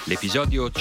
L'episodio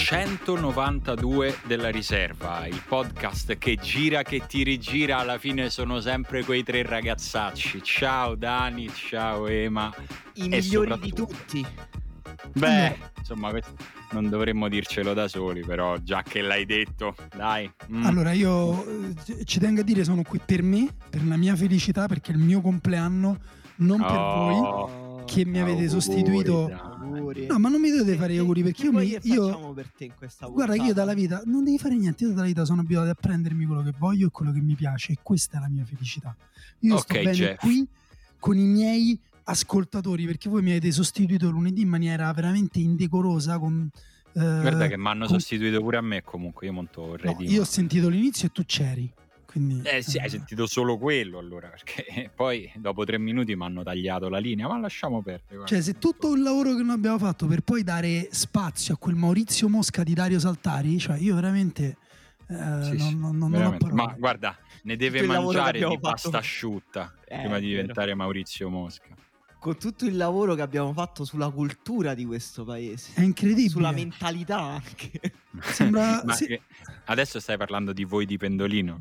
192 della Riserva, il podcast che gira, che ti rigira, alla fine sono sempre quei tre ragazzacci. Ciao Dani, ciao Ema. I migliori di tutti. Beh, insomma, non dovremmo dircelo da soli, però già che l'hai detto, dai. Allora, io ci tengo a dire, sono qui per me, per la mia felicità, perché è il mio compleanno, non per voi che mi avete sostituito. Auguri. No, ma non mi dovete fare gli auguri, perché io facciamo per te in questa guarda che io dalla vita non devi fare niente, io dalla vita sono abituato a prendermi quello che voglio e quello che mi piace, e questa è la mia felicità. Io sto bene Jeff, qui con i miei ascoltatori, perché voi mi avete sostituito lunedì in maniera veramente indecorosa con guarda che mi hanno sostituito pure a me, comunque io monto vorrei dire. Io ho sentito l'inizio e tu c'eri, quindi sì, hai sentito solo quello allora, perché poi dopo 3 minuti mi hanno tagliato la linea, ma lasciamo perdere, guarda. Cioè, se tutto il lavoro che noi abbiamo fatto per poi dare spazio a quel Maurizio Mosca di Dario Saltari, cioè io veramente non ho parole. Ma guarda, ne deve tutto mangiare di fatto... pasta asciutta prima di diventare Maurizio Mosca. Con tutto il lavoro che abbiamo fatto sulla cultura di questo paese, è incredibile, sulla mentalità anche. Sembra ma adesso stai parlando di voi di Pendolino?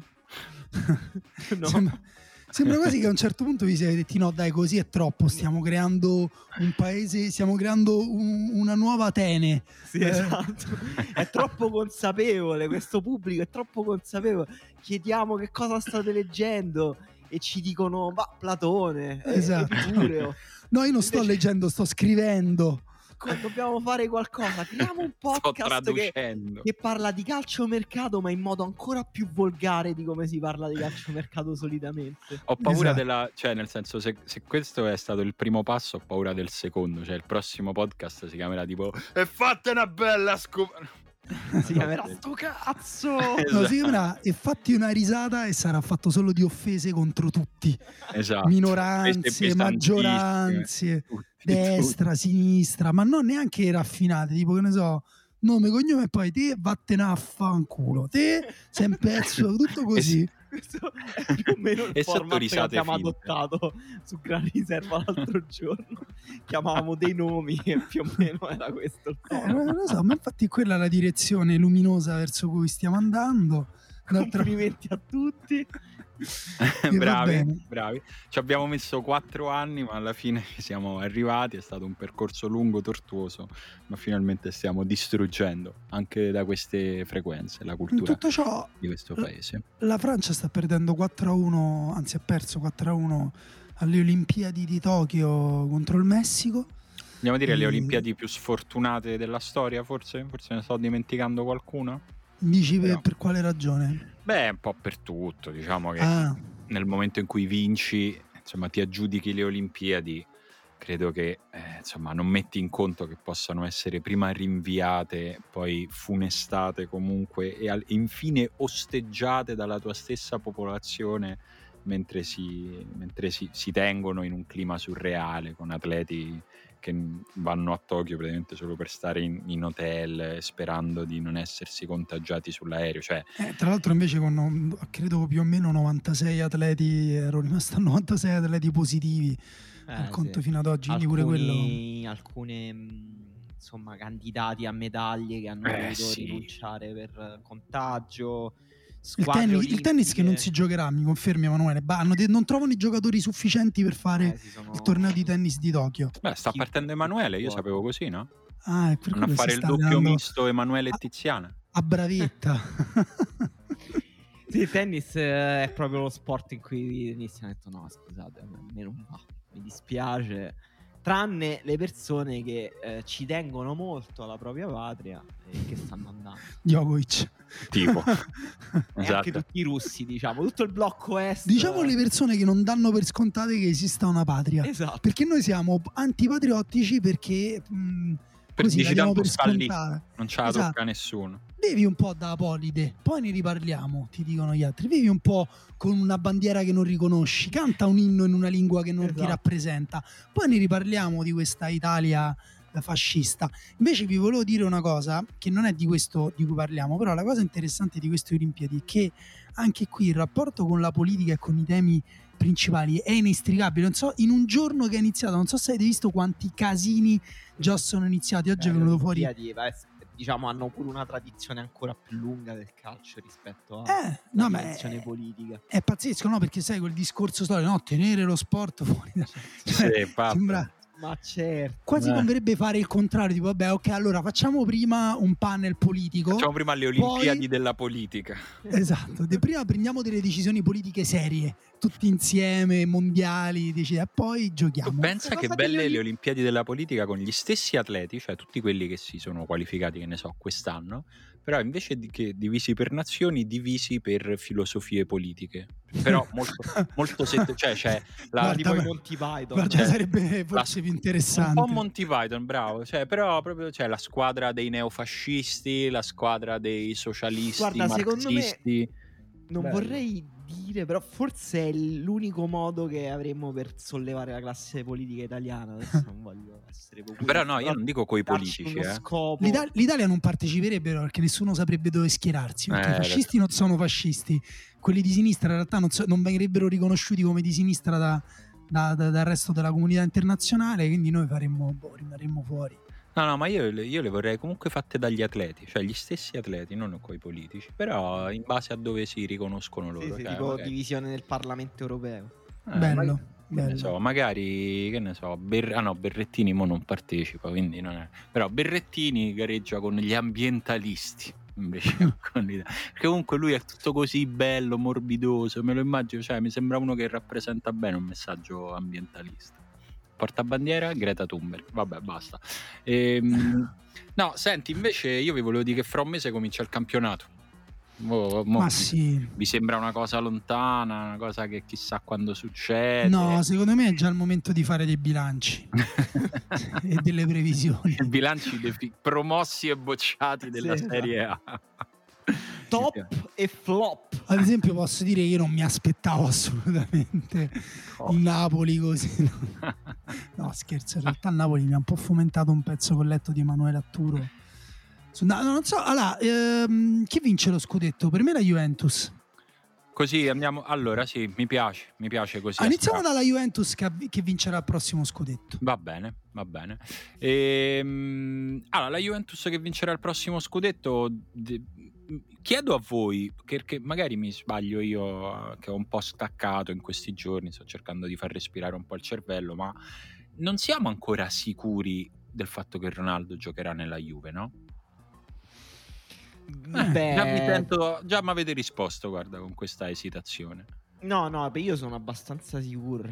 No. Sembra quasi che a un certo punto vi siete detti no dai, così è troppo, stiamo creando un paese, stiamo creando una nuova Atene. Sì, esatto. È troppo consapevole, questo pubblico è troppo consapevole. Chiediamo che cosa state leggendo e ci dicono Platone, esatto. Epicureo. No, io non sto leggendo, sto scrivendo. Dobbiamo fare qualcosa, creiamo un podcast che parla di calciomercato, ma in modo ancora più volgare di come si parla di calciomercato solitamente. Ho paura cioè nel senso, se questo è stato il primo passo, ho paura del secondo. Cioè il prossimo podcast si chiamerà tipo e fate una bella si chiamerà sto cazzo. No, si chiamerà e fatti una risata e sarà fatto solo di offese contro tutti. Esatto. Minoranze, maggioranze, destra, sinistra, ma non neanche raffinate, tipo che ne so, nome, cognome e poi te vattene a fanculo, te sei un pezzo, tutto così. Questo è più o meno il format che abbiamo adottato su Gran Riserva l'altro giorno. Chiamavamo dei nomi e più o meno era questo il non lo so, ma infatti quella è la direzione luminosa verso cui stiamo andando. Complimenti a tutti. bravi. Ci abbiamo messo 4 anni, ma alla fine siamo arrivati. È stato un percorso lungo, tortuoso, ma finalmente stiamo distruggendo anche da queste frequenze la cultura. Tutto ciò, di questo paese. La Francia sta perdendo 4-1, anzi ha perso 4-1 alle Olimpiadi di Tokyo contro il Messico. Andiamo a dire le Olimpiadi più sfortunate della storia, forse ne sto dimenticando qualcuna. Dici per quale ragione? Beh, un po' per tutto, diciamo che nel momento in cui vinci, insomma, ti aggiudichi le Olimpiadi, credo che insomma non metti in conto che possano essere prima rinviate, poi funestate comunque e infine osteggiate dalla tua stessa popolazione mentre si tengono in un clima surreale, con atleti che vanno a Tokyo praticamente solo per stare in hotel sperando di non essersi contagiati sull'aereo. Cioè, tra l'altro invece con credo più o meno 96 atleti, ero rimasto a 96 atleti positivi al conto fino ad oggi, quindi pure quello. Alcune insomma candidati a medaglie che hanno dovuto rinunciare per contagio. Il tennis che non si giocherà, mi confermi Emanuele? Non trovano i giocatori sufficienti per fare il torneo di tennis di Tokyo. Beh, sta partendo Emanuele, io sapevo così, no? È per a fare il doppio misto Emanuele e Tiziana. A bravetta. Sì, il tennis è proprio lo sport in cui i tennisti hanno detto no, scusate, a me non va, mi dispiace. Tranne le persone che ci tengono molto alla propria patria e che stanno andando. Djokovic. Tipo. E esatto. anche tutti i russi, diciamo, tutto il blocco est. Diciamo le persone che non danno per scontate che esista una patria. Esatto. Perché noi siamo antipatriottici perché così la diamo per scontata. Non ce la tocca nessuno. Bevi un po' da Apolide, poi ne riparliamo, ti dicono gli altri. Bevi un po' con una bandiera che non riconosci, canta un inno in una lingua che non ti rappresenta, poi ne riparliamo di questa Italia fascista. Invece vi volevo dire una cosa che non è di questo di cui parliamo, però la cosa interessante di queste Olimpiadi è che anche qui il rapporto con la politica e con i temi principali è inestricabile. Non so, in un giorno che è iniziato, non so se avete visto quanti casini già sono iniziati. Oggi è venuto fuori diciamo hanno pure una tradizione ancora più lunga del calcio rispetto alla dimensione politica. È pazzesco, no? Perché sai quel discorso storico, no? Tenere lo sport fuori da... sembra... Ma certo. Quasi converrebbe fare il contrario, tipo vabbè, ok, allora facciamo prima un panel politico. Facciamo prima le Olimpiadi della politica. Esatto, prima prendiamo delle decisioni politiche serie, tutti insieme, mondiali, e poi giochiamo. Tu pensa che belle le Olimpiadi della politica con gli stessi atleti, cioè tutti quelli che si sono qualificati, che ne so, quest'anno, però invece che divisi per nazioni, divisi per filosofie politiche. Però molto cioè c'è tipo i Monty Python. Guarda, sarebbe forse più interessante. Un po' Monty Python, bravo. Cioè, però proprio c'è la squadra dei neofascisti, la squadra dei socialisti, guarda, marxisti. Secondo me, non vorrei dire, però forse è l'unico modo che avremmo per sollevare la classe politica italiana. Adesso non voglio essere populista, però no, io non dico coi politici. L'Italia non parteciperebbe perché nessuno saprebbe dove schierarsi. Perché i fascisti non sono fascisti, quelli di sinistra in realtà non verrebbero riconosciuti come di sinistra dal resto della comunità internazionale, quindi noi rimarremmo fuori. No, ma io le vorrei comunque fatte dagli atleti, cioè gli stessi atleti, non coi politici, però in base a dove si riconoscono loro. Sì, tipo magari divisione del Parlamento europeo. Bello. Che ne so, magari, che ne so, Berrettini mo non partecipa, quindi non è. Però Berrettini gareggia con gli ambientalisti invece perché comunque lui è tutto così bello, morbidoso, me lo immagino, cioè mi sembra uno che rappresenta bene un messaggio ambientalista. Portabandiera Greta Thunberg, vabbè, basta. No, senti, invece io vi volevo dire che fra un mese comincia il campionato. Ma sì. Vi sembra una cosa lontana, una cosa che chissà quando succede? No, secondo me è già il momento di fare dei bilanci e delle previsioni. I bilanci promossi e bocciati della Serie A. Top e flop. Ad esempio posso dire che io non mi aspettavo assolutamente il Napoli così. No, scherzo, in realtà il Napoli mi ha un po' fomentato un pezzo col letto di Emanuele Atturo. No, non so, allora, chi vince lo scudetto? Per me la Juventus. Così andiamo, allora sì, mi piace così. Iniziamo dalla Juventus che vincerà il prossimo scudetto. Va bene. Allora, la Juventus che vincerà il prossimo scudetto, chiedo a voi, perché magari mi sbaglio io che ho un po' staccato in questi giorni, sto cercando di far respirare un po' il cervello, ma non siamo ancora sicuri del fatto che Ronaldo giocherà nella Juve, no? Già mi avete risposto, guarda, con questa esitazione. No, io sono abbastanza sicuro.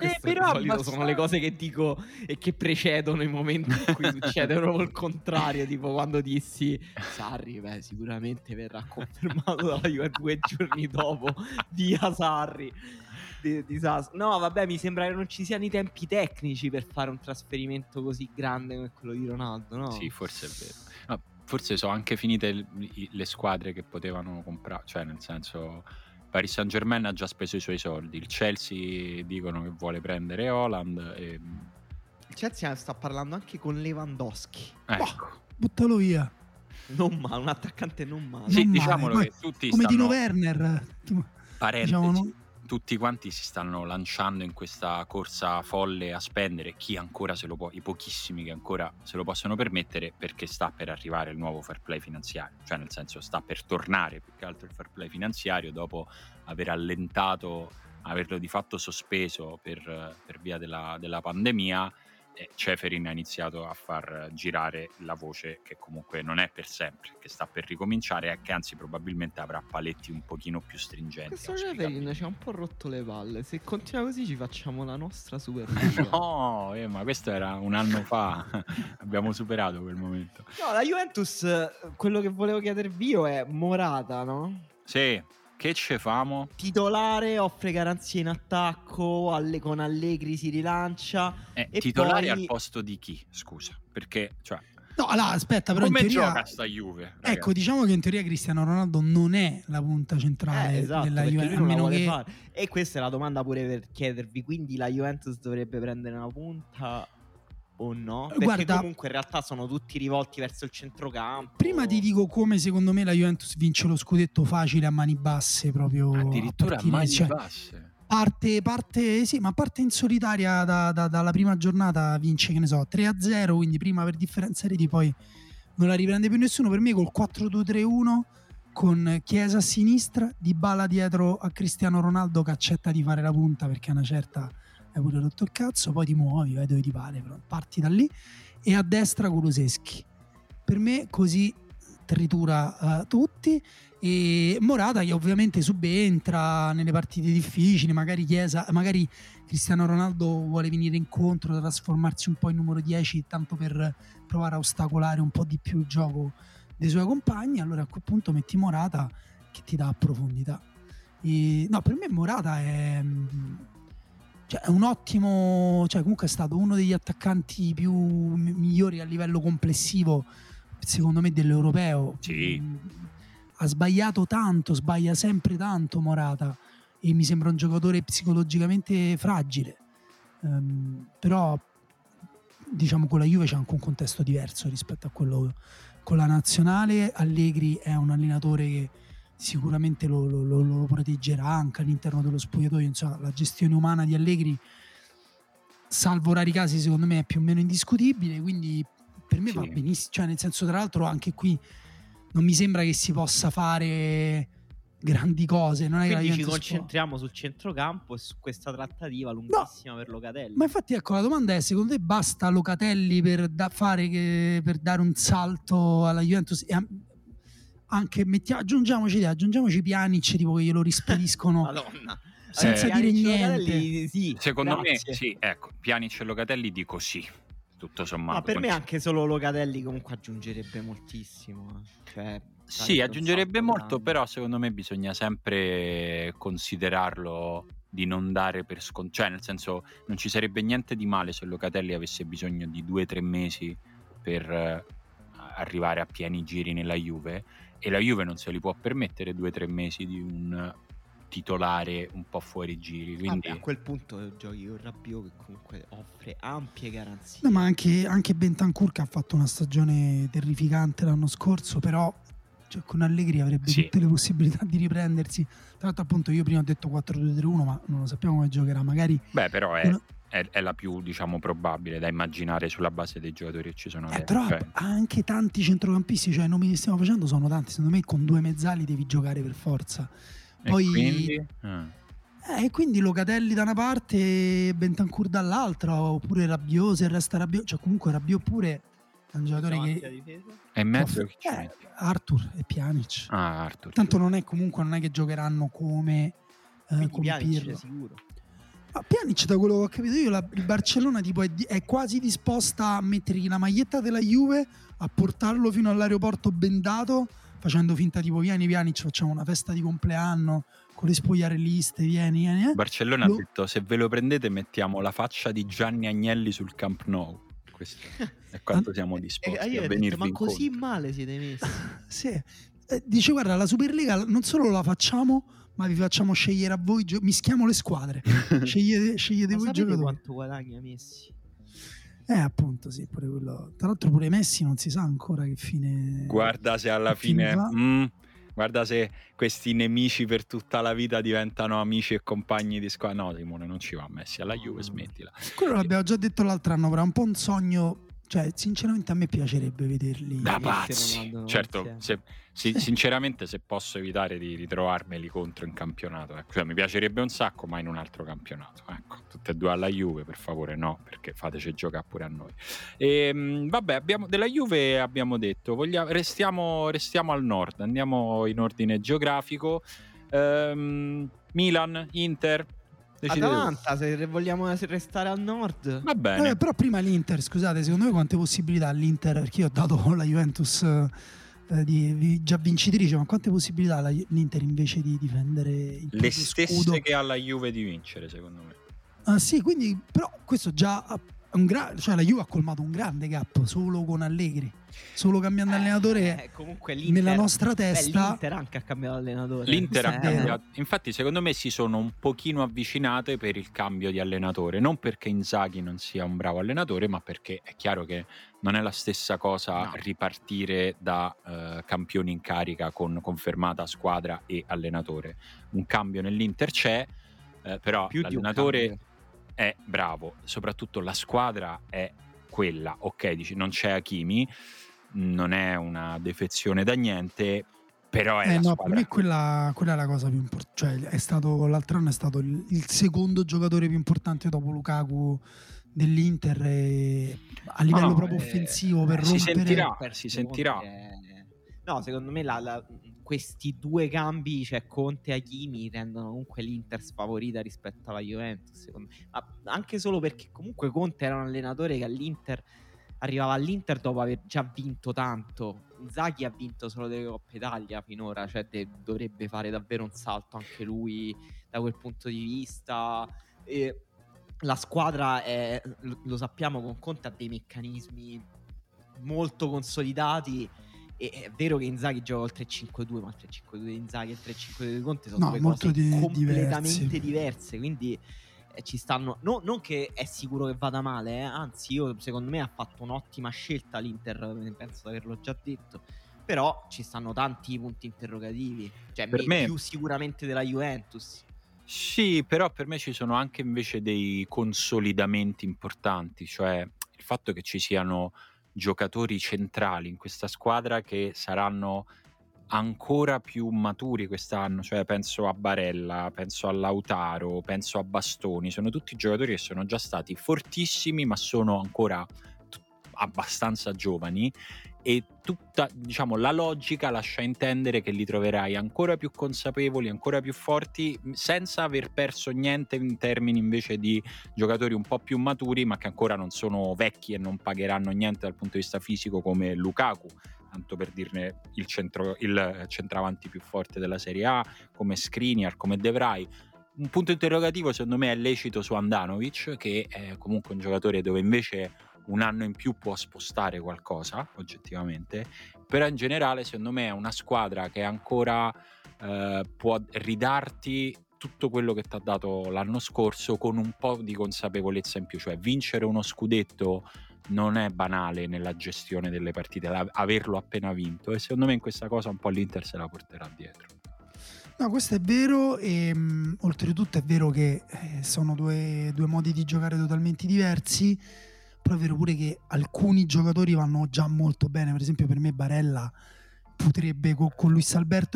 Però sono le cose che dico e che precedono i momenti in cui succede proprio il contrario. Tipo quando dissi Sarri, sicuramente verrà confermato dalla Juve 2 giorni dopo. Via Sarri. Disastro. No, vabbè, mi sembra che non ci siano i tempi tecnici per fare un trasferimento così grande come quello di Ronaldo, no? Sì, forse è vero. No, forse sono anche finite le squadre che potevano comprare, cioè nel senso Paris Saint-Germain ha già speso i suoi soldi, il Chelsea dicono che vuole prendere Haaland e... Il Chelsea sta parlando anche con Lewandowski. Ecco. Buttalo via. Non male, un attaccante non male. Sì, diciamolo che tutti come stanno... Dino Werner. Parentesi. Diciamo, tutti quanti si stanno lanciando in questa corsa folle a spendere, chi ancora se lo può, i pochissimi che ancora se lo possono permettere, perché sta per arrivare il nuovo fair play finanziario, cioè nel senso sta per tornare più che altro il fair play finanziario dopo aver allentato, averlo di fatto sospeso per via della pandemia. Ceferin ha iniziato a far girare la voce che comunque non è per sempre, che sta per ricominciare e che anzi probabilmente avrà paletti un pochino più stringenti. Questo Ceferin ci ha un po' rotto le palle, se continua così ci facciamo la nostra super no, ma questo era un anno fa. Abbiamo superato quel momento. No, la Juventus, quello che volevo chiedervi io è Morata, no? Sì. Che ce famo? Titolare, offre garanzie in attacco, con Allegri si rilancia. E titolare poi... al posto di chi? Scusa, perché cioè... No, allora, aspetta, però come in teoria... gioca sta Juve? Ragazzi? Ecco, diciamo che in teoria Cristiano Ronaldo non è la punta centrale della Juve, a meno che... fare. E questa è la domanda pure per chiedervi, quindi la Juventus dovrebbe prendere una punta o no? Perché guarda, comunque in realtà sono tutti rivolti verso il centrocampo. Prima ti dico come secondo me la Juventus vince lo scudetto facile a mani basse, proprio addirittura a mani basse. Parte sì, ma parte in solitaria dalla prima giornata, vince, che ne so, 3-0, quindi prima per differenza reti, poi non la riprende più nessuno. Per me col 4-2-3-1 con Chiesa a sinistra, Dybala dietro a Cristiano Ronaldo che accetta di fare la punta perché a una certa hai pure rotto il cazzo, poi ti muovi, vai dove ti pare, però parti da lì, e a destra Kulusevski. Per me così tritura tutti, e Morata che ovviamente subentra nelle partite difficili, magari Cristiano Ronaldo vuole venire incontro, trasformarsi un po' in numero 10 tanto per provare a ostacolare un po' di più il gioco dei suoi compagni, allora a quel punto metti Morata che ti dà profondità. No, per me Morata è un ottimo, comunque è stato uno degli attaccanti più migliori a livello complessivo secondo me dell'europeo. Sì. Ha sbagliato tanto, sbaglia sempre tanto Morata, e mi sembra un giocatore psicologicamente fragile, però diciamo con la Juve c'è anche un contesto diverso rispetto a quello con la nazionale. Allegri è un allenatore che sicuramente lo proteggerà anche all'interno dello spogliatoio, insomma la gestione umana di Allegri, salvo rari casi, secondo me è più o meno indiscutibile, quindi per me va benissimo, nel senso, tra l'altro anche qui non mi sembra che si possa fare grandi cose, non è quindi che ci concentriamo sul centrocampo e su questa trattativa lunghissima per Locatelli. Ma infatti ecco, la domanda è: secondo te basta Locatelli per dare un salto alla Juventus? E anche aggiungiamoci Pjanic, tipo che glielo rispediscono Madonna, senza dire niente. Sì, secondo me sì, ecco, Pjanic e Locatelli dico sì, tutto sommato. Ma per me anche solo Locatelli comunque aggiungerebbe moltissimo, sì, aggiungerebbe molto, però secondo me bisogna sempre considerarlo di non dare per scontato, cioè nel senso non ci sarebbe niente di male se Locatelli avesse bisogno di 2-3 mesi per arrivare a pieni giri nella Juve, e la Juve non se li può permettere 2-3 mesi di un titolare un po' fuori giri, quindi a quel punto giochi con Rabiot che comunque offre ampie garanzie. No, ma anche Bentancur che ha fatto una stagione terrificante l'anno scorso, però con Allegri avrebbe tutte le possibilità di riprendersi. Tra l'altro appunto io prima ho detto 4-2-3-1, ma non lo sappiamo come giocherà, magari però è la più, diciamo, probabile da immaginare sulla base dei giocatori che ci sono adesso. Però ha anche tanti centrocampisti, i nomi che stiamo facendo sono tanti, secondo me con due mezzali devi giocare per forza. Poi quindi Locatelli da una parte e Bentancur dall'altra, oppure Rabiot se resta Rabiot, comunque Rabiot pure è un giocatore che è in mezzo Arthur e Pjanic. Arthur, tanto non è che giocheranno come Pirlo sicuro. Pjanic, da quello che ho capito io, il Barcellona tipo è quasi disposta a mettergli la maglietta della Juve, a portarlo fino all'aeroporto bendato, facendo finta tipo vieni Pjanic, facciamo una festa di compleanno con le spogliarelliste, vieni. Barcellona ha detto: se ve lo prendete mettiamo la faccia di Gianni Agnelli sul Camp Nou. Questo è quanto siamo disposti a venirvi ma incontro. Così male siete messi. Sì. Dice guarda, la Superlega non solo la facciamo, ma vi facciamo scegliere a voi, mischiamo le squadre, scegliete voi giocatori. Quanto guadagna Messi? Appunto sì, pure quello. Tra l'altro pure Messi non si sa ancora che fine. Guarda se alla fine guarda se questi nemici per tutta la vita diventano amici e compagni di squadra. No, Simone, non ci va Messi alla Juve, smettila. Quello l'abbiamo già detto l'altro anno, però è un po' un sogno. Sinceramente a me piacerebbe vederli da pazzi. Certo, sinceramente se posso evitare di ritrovarmeli contro in campionato, mi piacerebbe un sacco, ma in un altro campionato, tutte e due alla Juve, per favore, no, perché fateci giocare pure a noi. Vabbè, della Juve abbiamo detto, restiamo al nord, andiamo in ordine geografico. Milan, Inter, Atalanta, se vogliamo restare al nord. Va bene. Però prima l'Inter, scusate, secondo me quante possibilità all'Inter, perché io ho dato la Juventus già vincitrice, ma quante possibilità ha l'Inter invece di difendere il le stesse scudo? Che ha la Juve di vincere, secondo me. Sì, quindi però questo già la Juve ha colmato un grande gap solo con Allegri, solo cambiando allenatore. Comunque nella nostra testa l'Inter anche ha cambiato allenatore. L'Inter ha cambiato. Infatti secondo me si sono un pochino avvicinate per il cambio di allenatore, non perché Inzaghi non sia un bravo allenatore, ma perché è chiaro che non è la stessa cosa ripartire da campioni in carica con confermata squadra e allenatore. Un cambio nell'Inter c'è, però più l'allenatore è bravo, soprattutto la squadra è quella, ok, dici non c'è Hakimi, non è una defezione da niente, però è la no, squadra. per me quella è la cosa più importante. Cioè, l'altro anno è stato il secondo giocatore più importante dopo Lukaku dell'Inter, e a livello proprio offensivo per rompere. Si sentirà. No, secondo me questi due cambi, cioè Conte e Hakimi, rendono comunque l'Inter sfavorita rispetto alla Juventus, secondo me. Ma anche solo perché comunque Conte era un allenatore che arrivava all'Inter dopo aver già vinto tanto. Inzaghi ha vinto solo delle Coppe Italia finora, cioè dovrebbe fare davvero un salto anche lui da quel punto di vista. E la squadra lo sappiamo, con Conte ha dei meccanismi molto consolidati. E è vero che Inzaghi gioca il 3-5-2, ma il 3-5-2 di Inzaghi e il 3-5-2 di Conte sono due cose completamente diverse, quindi ci stanno, non che è sicuro che vada male, anzi secondo me ha fatto un'ottima scelta l'Inter, penso di averlo già detto, però ci stanno tanti punti interrogativi, cioè per me più sicuramente della Juventus. Sì, però per me ci sono anche invece dei consolidamenti importanti, cioè il fatto che ci siano giocatori centrali in questa squadra che saranno ancora più maturi quest'anno, cioè penso a Barella, penso a Lautaro, penso a Bastoni, sono tutti giocatori che sono già stati fortissimi ma sono ancora abbastanza giovani, e tutta, diciamo, la logica lascia intendere che li troverai ancora più consapevoli, ancora più forti, senza aver perso niente in termini invece di giocatori un po' più maturi ma che ancora non sono vecchi e non pagheranno niente dal punto di vista fisico, come Lukaku, tanto per dirne il centravanti più forte della Serie A, come Skriniar, come De Vrij. Un punto interrogativo secondo me è lecito su Handanovic, che è comunque un giocatore dove invece un anno in più può spostare qualcosa oggettivamente, però in generale secondo me è una squadra che ancora può ridarti tutto quello che ti ha dato l'anno scorso, con un po' di consapevolezza in più, cioè vincere uno scudetto non è banale nella gestione delle partite, averlo appena vinto, e secondo me in questa cosa un po' l'Inter se la porterà dietro. No, questo è vero, e oltretutto è vero che sono due modi di giocare totalmente diversi, però è vero pure che alcuni giocatori vanno già molto bene. Per esempio per me Barella potrebbe con Luis Alberto,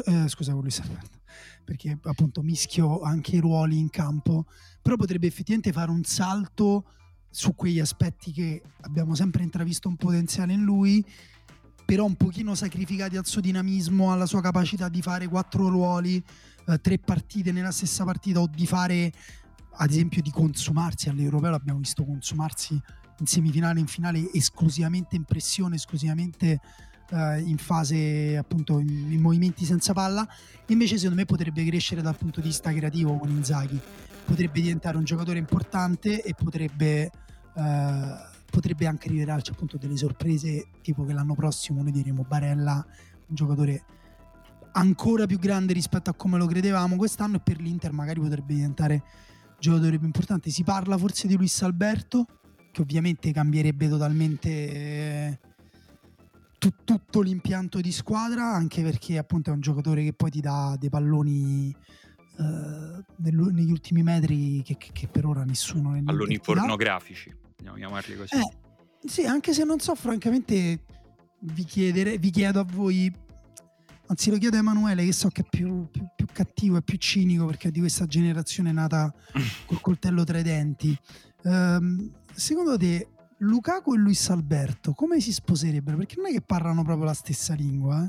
perché appunto mischio anche i ruoli in campo, però potrebbe effettivamente fare un salto su quegli aspetti che abbiamo sempre intravisto un potenziale in lui, però un pochino sacrificati al suo dinamismo, alla sua capacità di fare 4 ruoli, 3 partite nella stessa partita, o di fare, ad esempio, di consumarsi all'Europeo. L'abbiamo visto consumarsi in semifinale, in finale, esclusivamente in pressione, esclusivamente in fase, appunto, in movimenti senza palla. Invece secondo me potrebbe crescere dal punto di vista creativo con Inzaghi, potrebbe diventare un giocatore importante e potrebbe anche rivelarci appunto delle sorprese, tipo che l'anno prossimo noi diremo Barella un giocatore ancora più grande rispetto a come lo credevamo quest'anno, e per l'Inter magari potrebbe diventare giocatore più importante. Si parla forse di Luis Alberto, che ovviamente cambierebbe totalmente tutto l'impianto di squadra, anche perché appunto è un giocatore che poi ti dà dei palloni negli ultimi metri che per ora nessuno, palloni pornografici, possiamo chiamarli così. Sì, anche se non so, francamente vi chiedo a voi, anzi lo chiedo a Emanuele, che so che è più cattivo e più cinico, perché è di questa generazione nata col coltello tra i denti. Secondo te Lukaku e Luis Alberto come si sposerebbero? Perché non è che parlano proprio la stessa lingua,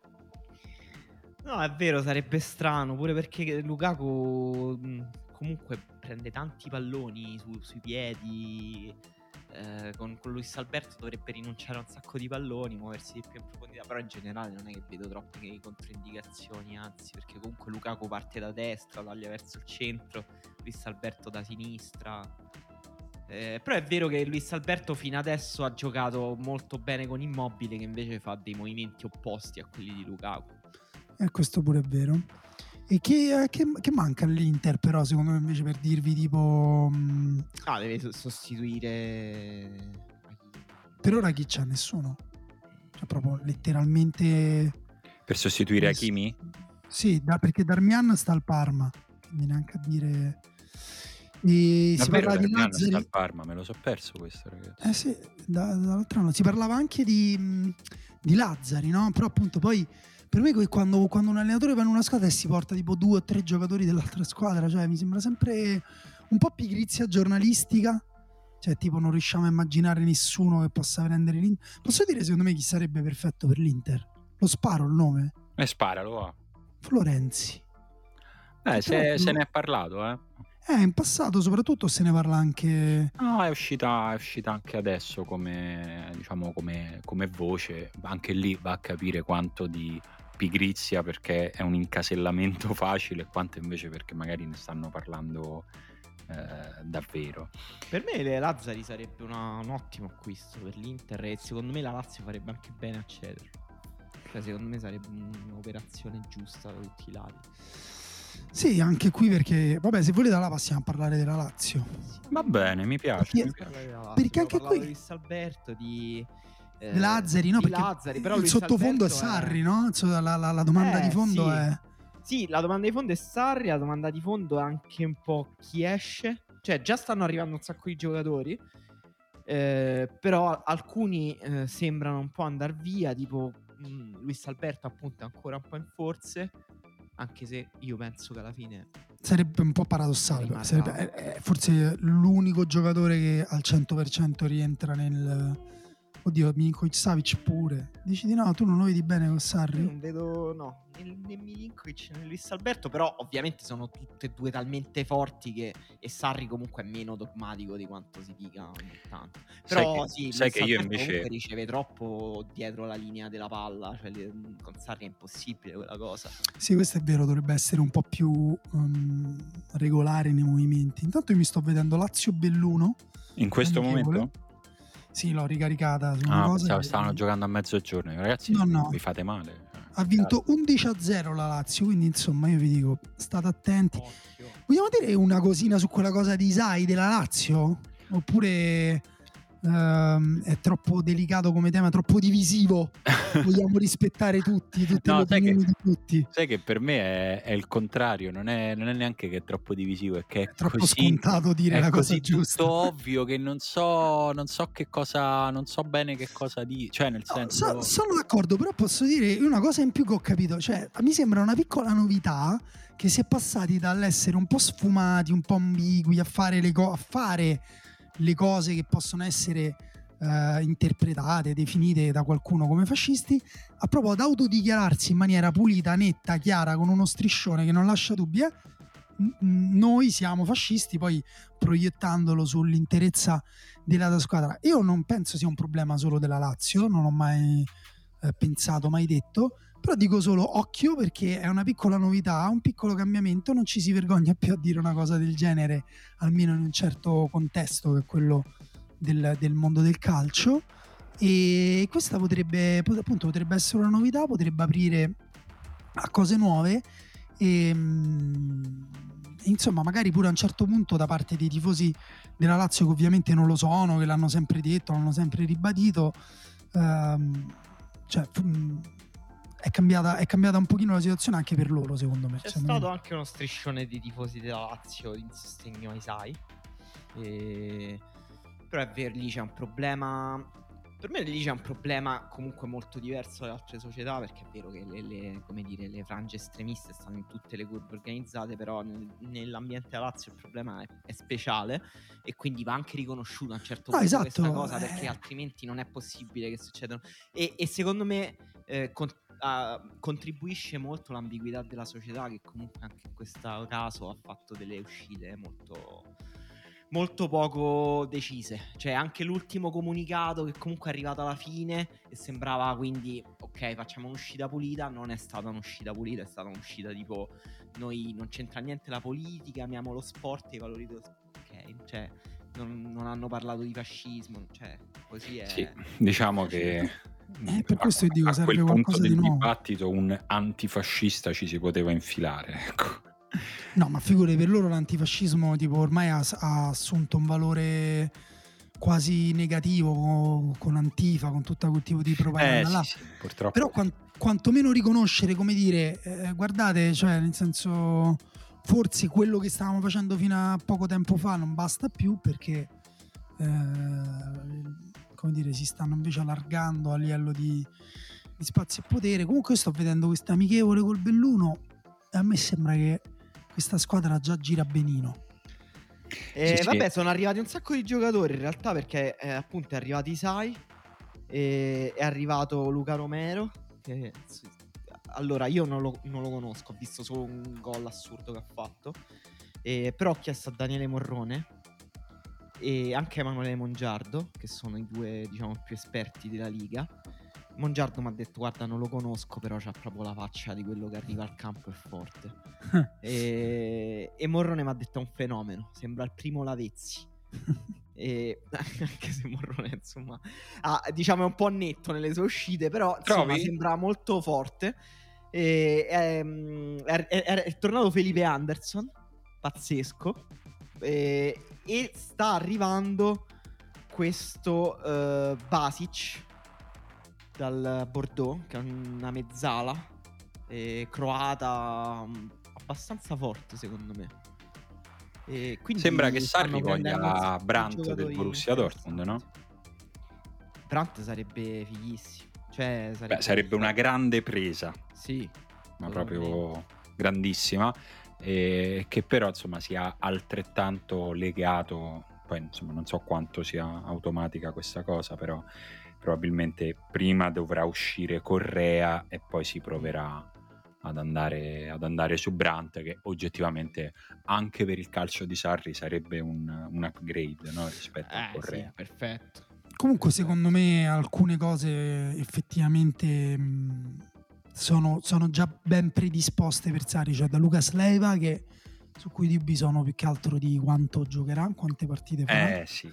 No, è vero, sarebbe strano, pure perché Lukaku comunque prende tanti palloni sui piedi. Con Luis Alberto dovrebbe rinunciare a un sacco di palloni, muoversi di più in profondità, però in generale non è che vedo troppe controindicazioni, anzi, perché comunque Lukaku parte da destra, taglia verso il centro, Luis Alberto da sinistra. Però è vero che Luis Alberto fino adesso ha giocato molto bene con Immobile, che invece fa dei movimenti opposti a quelli di Lukaku. Questo pure è vero. E che manca all'Inter però, secondo me, invece, per dirvi tipo deve sostituire. Per ora chi c'ha? Nessuno, cioè proprio letteralmente per sostituire Hakimi? Sì, perché Darmian sta al Parma, quindi neanche a dire. E si parla di Lazzari. Sta al Parma, me lo so perso questo, ragazzi. Sì, dall'altro anno si parlava anche di di Lazzari, no? Però appunto poi per me quando un allenatore va in una squadra e si porta tipo 2 o 3 giocatori dell'altra squadra, cioè mi sembra sempre un po' pigrizia giornalistica, cioè tipo non riusciamo a immaginare nessuno che possa prendere l'Inter. Posso dire secondo me chi sarebbe perfetto per l'Inter? Lo sparo il nome? Sparalo, va. Florenzi. Se ne è parlato, in passato soprattutto se ne parla anche. No, è uscita anche adesso come, diciamo, come voce. Anche lì va a capire quanto di pigrizia perché è un incasellamento facile, quanto invece perché magari ne stanno parlando davvero. Per me Lazzari sarebbe un ottimo acquisto per l'Inter e secondo me la Lazio farebbe anche bene a cederlo. Cioè, secondo me sarebbe un'operazione giusta da tutti i lati. Sì, anche qui perché vabbè, se volete la passiamo a parlare della Lazio. Va bene, mi piace. Perché anche qui di Luis Alberto, di Lazzari, no? di Perché Lazzari, però il Luis sottofondo Alberto è Sarri, no? La domanda di fondo sì. è. Sì, la domanda di fondo è Sarri, la domanda di fondo è anche un po' chi esce. Cioè, già stanno arrivando un sacco di giocatori, però alcuni sembrano un po' andare via, tipo Luis Alberto appunto è ancora un po' in forze, anche se io penso che alla fine sarebbe un po' paradossale, sarebbe forse l'unico giocatore che al 100% rientra nel. Oddio, Milinkovic-Savic pure. Dici di no? Tu non lo vedi bene con Sarri? Non vedo, no, né Milinkovic né Luis Alberto, però ovviamente sono tutte e due talmente forti che e Sarri comunque è meno dogmatico di quanto si dica ogni tanto. Però sai che io invece comunque riceve troppo dietro la linea della palla, cioè con Sarri è impossibile quella cosa. Sì, questo è vero, dovrebbe essere un po' più regolare nei movimenti. Intanto io mi sto vedendo Lazio-Belluno in questo momento. Sì, l'ho ricaricata su una cosa. Stavano giocando a mezzogiorno, ragazzi. No. Vi fate male. Ha vinto 11-0 la Lazio, quindi insomma io vi dico, state attenti. Occhio. Vogliamo dire una cosina su quella cosa di Isai della Lazio? Oppure è troppo delicato come tema, troppo divisivo? Vogliamo rispettare tutte le opinioni di tutti? Sai che per me è il contrario, non è neanche che è troppo divisivo, è che è troppo così, scontato dire la cosa giusta. È tutto ovvio che non so che cosa, non so bene che cosa dire, cioè nel senso. Sono d'accordo, però posso dire una cosa in più che ho capito, cioè mi sembra una piccola novità che si è passati dall'essere un po' sfumati, un po' ambigui, a fare le cose che possono essere interpretate, definite da qualcuno come fascisti, a proprio ad autodichiararsi in maniera pulita, netta, chiara, con uno striscione che non lascia dubbi. Noi siamo fascisti, poi proiettandolo sull'interezza della squadra. Io non penso sia un problema solo della Lazio, non ho mai pensato, mai detto, però dico solo occhio, perché è una piccola novità, un piccolo cambiamento, non ci si vergogna più a dire una cosa del genere, almeno in un certo contesto che è quello del mondo del calcio, e questa potrebbe essere una novità, potrebbe aprire a cose nuove e insomma magari pure a un certo punto da parte dei tifosi della Lazio, che ovviamente non lo sono, che l'hanno sempre detto, l'hanno sempre ribadito, cioè è cambiata un pochino la situazione anche per loro, secondo me. C'è stato anche uno striscione di tifosi della Lazio in sostegno ai Isai, però è vero, lì c'è un problema. Per me lì c'è un problema comunque molto diverso dalle altre società, perché è vero che le frange estremiste stanno in tutte le curve organizzate, però nell'ambiente della Lazio il problema è speciale e quindi va anche riconosciuto a un certo punto questa cosa, perché altrimenti non è possibile che succedano. E secondo me contribuisce molto l'ambiguità della società, che comunque anche in questo caso ha fatto delle uscite molto poco decise. Cioè anche l'ultimo comunicato che comunque è arrivato alla fine e sembrava quindi ok, facciamo un'uscita pulita, non è stata un'uscita pulita, è stata un'uscita tipo noi non c'entra niente la politica, amiamo lo sport e i valori dello sport. Ok, cioè non hanno parlato di fascismo, cioè così è. Sì, diciamo che per questo io dico, a serve quel punto qualcosa del di nuovo. Dibattito un antifascista ci si poteva infilare, ecco. No, ma figure, per loro l'antifascismo tipo ormai ha assunto un valore quasi negativo con Antifa, con tutto quel tipo di propaganda là. Sì, purtroppo. Però quantomeno riconoscere, come dire, guardate, cioè nel senso, forse quello che stavamo facendo fino a poco tempo fa non basta più, perché come dire, si stanno invece allargando a livello di di spazio e potere. Comunque sto vedendo questa amichevole col Belluno e a me sembra che questa squadra già gira benino. Vabbè, sono arrivati un sacco di giocatori in realtà, perché appunto è arrivato Isai, è arrivato Luca Romero, che allora io non lo conosco, ho visto solo un gol assurdo che ha fatto, però ho chiesto a Daniele Morrone e anche a Emanuele Mongiardo, che sono i due, diciamo, più esperti della Liga. Mongiardo mi ha detto: guarda, non lo conosco, però c'ha proprio la faccia di quello che arriva al campo, è forte. E Morrone mi ha detto: è un fenomeno, sembra il primo Lavezzi. Anche se Morrone, insomma, diciamo, è un po' netto nelle sue uscite, però insomma, sembra molto forte. È tornato Felipe Anderson, pazzesco, e sta arrivando questo Basic dal Bordeaux, che è una mezzala croata abbastanza forte, secondo me. E quindi sembra che Sarri voglia Brandt del Borussia Dortmund, no? Brandt sarebbe fighissimo, cioè sarebbe una grande presa, sì, ma proprio grandissima, che però insomma sia altrettanto legato. Poi insomma non so quanto sia automatica questa cosa, però probabilmente prima dovrà uscire Correa e poi si proverà ad andare su Brandt, che oggettivamente anche per il calcio di Sarri sarebbe un upgrade, no? Rispetto a Correa. Sì, perfetto. Comunque secondo me alcune cose effettivamente sono già ben predisposte per Sarri, cioè da Lucas Leiva, su cui i dubbi sono più che altro di quanto giocherà, quante partite farà. Sì.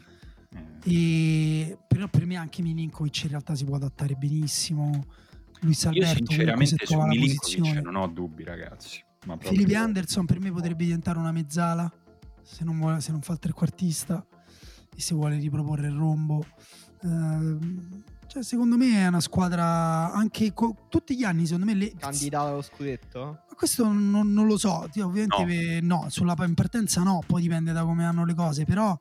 Però per me anche Milinkovic in realtà si può adattare benissimo. Luis Alberto, io sinceramente su Milinkovic non ho dubbi, ragazzi. Ma Felipe Anderson per me potrebbe diventare una mezzala se non fa il trequartista e se vuole riproporre il rombo. Cioè, secondo me è una squadra anche tutti gli anni, secondo me candidata allo scudetto? Questo non lo so, ovviamente no, sulla in partenza no, poi dipende da come hanno le cose, però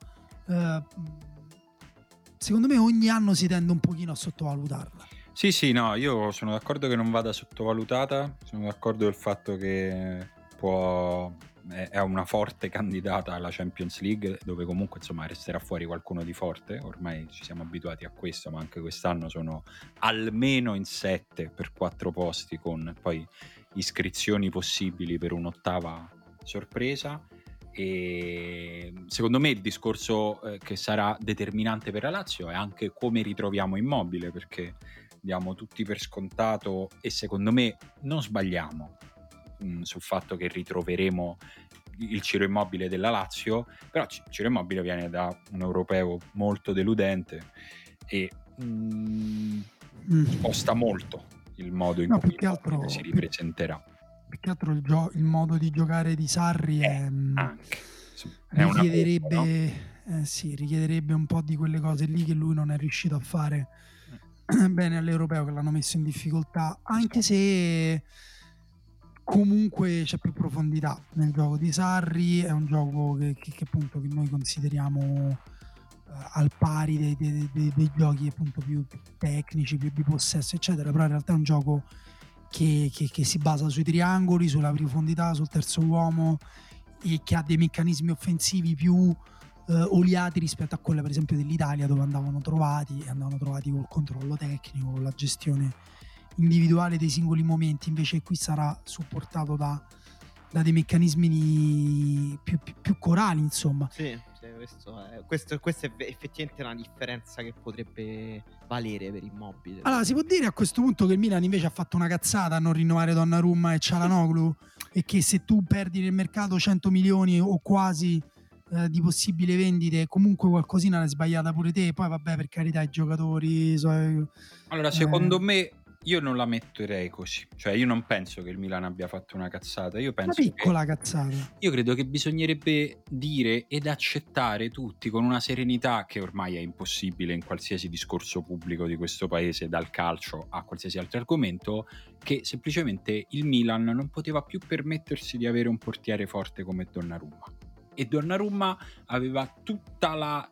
secondo me ogni anno si tende un pochino a sottovalutarla. Sì, no, io sono d'accordo che non vada sottovalutata, sono d'accordo del fatto che è una forte candidata alla Champions League, dove comunque insomma resterà fuori qualcuno di forte, ormai ci siamo abituati a questo, ma anche quest'anno sono almeno in 7 per 4 posti, con poi iscrizioni possibili per un'ottava sorpresa. E secondo me il discorso che sarà determinante per la Lazio è anche come ritroviamo Immobile, perché diamo tutti per scontato, e secondo me non sbagliamo sul fatto che ritroveremo il Ciro Immobile della Lazio, però Ciro Immobile viene da un europeo molto deludente e sposta molto il modo in cui si ripresenterà. Più che altro il modo di giocare di Sarri richiederebbe un po' di quelle cose lì che lui non è riuscito a fare bene all'europeo, che l'hanno messo in difficoltà, anche se comunque c'è più profondità nel gioco di Sarri. È un gioco che appunto che noi consideriamo al pari dei giochi appunto più tecnici, più di possesso eccetera, però in realtà è un gioco che si basa sui triangoli, sulla profondità, sul terzo uomo, e che ha dei meccanismi offensivi più oliati rispetto a quella per esempio dell'Italia, dove andavano trovati col controllo tecnico, con la gestione individuale dei singoli momenti. Invece qui sarà supportato da dei meccanismi più corali, insomma. Sì, questa è effettivamente una differenza che potrebbe valere per Immobile. Allora si può dire a questo punto che il Milan invece ha fatto una cazzata a non rinnovare Donnarumma e Çalhanoğlu e che se tu perdi nel mercato 100 milioni o quasi di possibili vendite, comunque qualcosina l'hai sbagliata pure te. Poi vabbè, per carità, i giocatori allora secondo me io non la metterei così, cioè io non penso che il Milan abbia fatto una cazzata, io penso una piccola cazzata. Io credo che bisognerebbe dire ed accettare tutti con una serenità che ormai è impossibile in qualsiasi discorso pubblico di questo paese, dal calcio a qualsiasi altro argomento, che semplicemente il Milan non poteva più permettersi di avere un portiere forte come Donnarumma, e Donnarumma aveva tutta la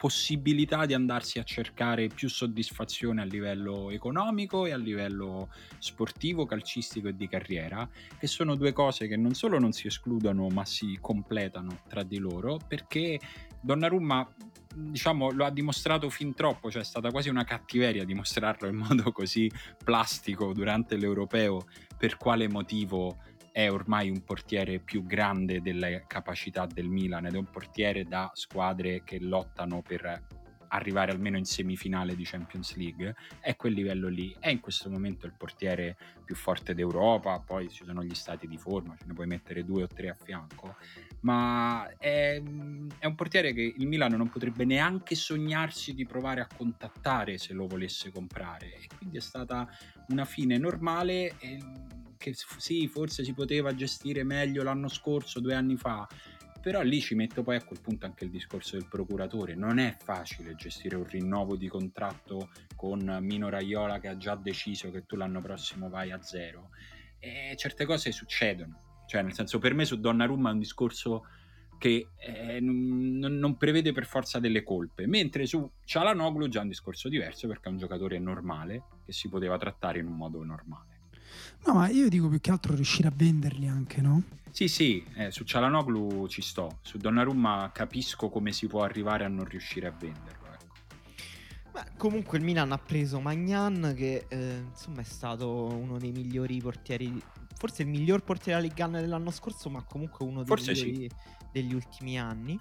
possibilità di andarsi a cercare più soddisfazione a livello economico e a livello sportivo, calcistico e di carriera, che sono due cose che non solo non si escludono ma si completano tra di loro, perché Donnarumma, diciamo, lo ha dimostrato fin troppo, cioè è stata quasi una cattiveria dimostrarlo in modo così plastico durante l'Europeo per quale motivo è ormai un portiere più grande delle capacità del Milan ed è un portiere da squadre che lottano per arrivare almeno in semifinale di Champions League. È quel livello lì, è in questo momento il portiere più forte d'Europa, poi ci sono gli stati di forma, ce ne puoi mettere 2 o 3 a fianco, ma è un portiere che il Milan non potrebbe neanche sognarsi di provare a contattare se lo volesse comprare, e quindi è stata una fine normale che sì, forse si poteva gestire meglio l'anno scorso, 2 anni fa, però lì ci metto poi a quel punto anche il discorso del procuratore. Non è facile gestire un rinnovo di contratto con Mino Raiola che ha già deciso che tu l'anno prossimo vai a 0, e certe cose succedono, cioè nel senso, per me su Donnarumma è un discorso che non prevede per forza delle colpe, mentre su Çalhanoğlu già un discorso diverso, perché è un giocatore normale che si poteva trattare in un modo normale. No, ma io dico più che altro riuscire a venderli anche, no? Sì, su Çalhanoğlu ci sto, su Donnarumma capisco come si può arrivare a non riuscire a venderlo, ecco. Beh, comunque il Milan ha preso Maignan, che insomma è stato uno dei migliori portieri, forse il miglior portiere della Ligue 1 dell'anno scorso, ma comunque uno dei Forse migliori degli ultimi anni.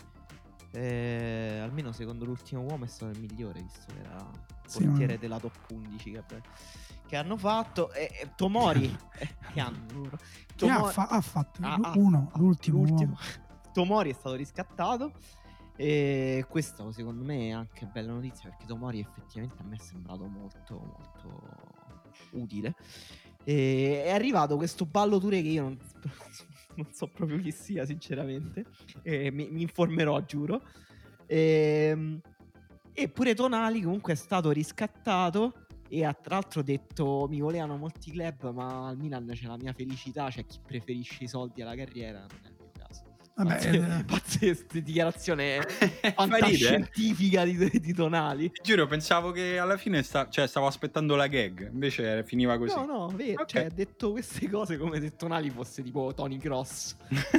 Almeno secondo l'ultimo uomo è stato il migliore, visto che era portiere della top 11 che hanno fatto. Tomori che hanno ha fatto l'ultimo. Tomori è stato riscattato, e questo secondo me è anche bella notizia, perché Tomori effettivamente a me è sembrato molto molto utile. È arrivato questo Ballo Touré che io non so proprio chi sia sinceramente, mi informerò, giuro. E pure Tonali comunque è stato riscattato e ha tra l'altro detto: mi volevano molti club, ma al Milan c'è la mia felicità, c'è chi preferisce i soldi alla carriera, non è il mio caso. Vabbè, pazzesca dichiarazione fantascientifica di Tonali. Ti giuro, pensavo che alla fine stavo aspettando la gag, invece finiva così. No, vero, okay. Cioè ha detto queste cose come se Tonali fosse tipo Tony Cross.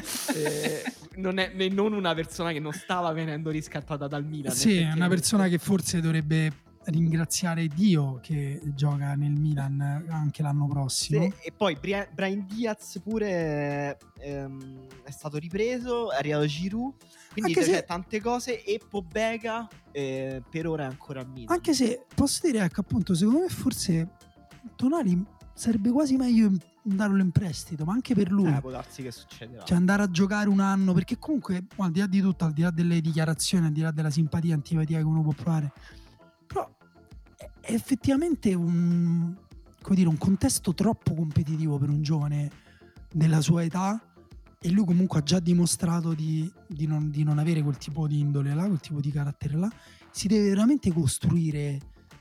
Non una persona che non stava venendo riscattata dal Milan. Sì, è una persona che forse dovrebbe ringraziare Dio che gioca nel Milan anche l'anno prossimo. Sì, e poi Brahim Diaz pure è stato ripreso, è arrivato Giroud, quindi c'è tante cose, e Pobega per ora è ancora al Milan. Anche se posso dire, ecco, appunto, secondo me forse Tonali sarebbe quasi meglio darlo in prestito, ma anche per lui può darsi che succederà, cioè andare a giocare un anno, perché comunque al di là di tutto, al di là delle dichiarazioni, al di là della simpatia, antipatia che uno può provare, però è effettivamente un contesto troppo competitivo per un giovane della sua età, e lui comunque ha già dimostrato di non avere quel tipo di indole là, quel tipo di carattere là. Si deve veramente costruire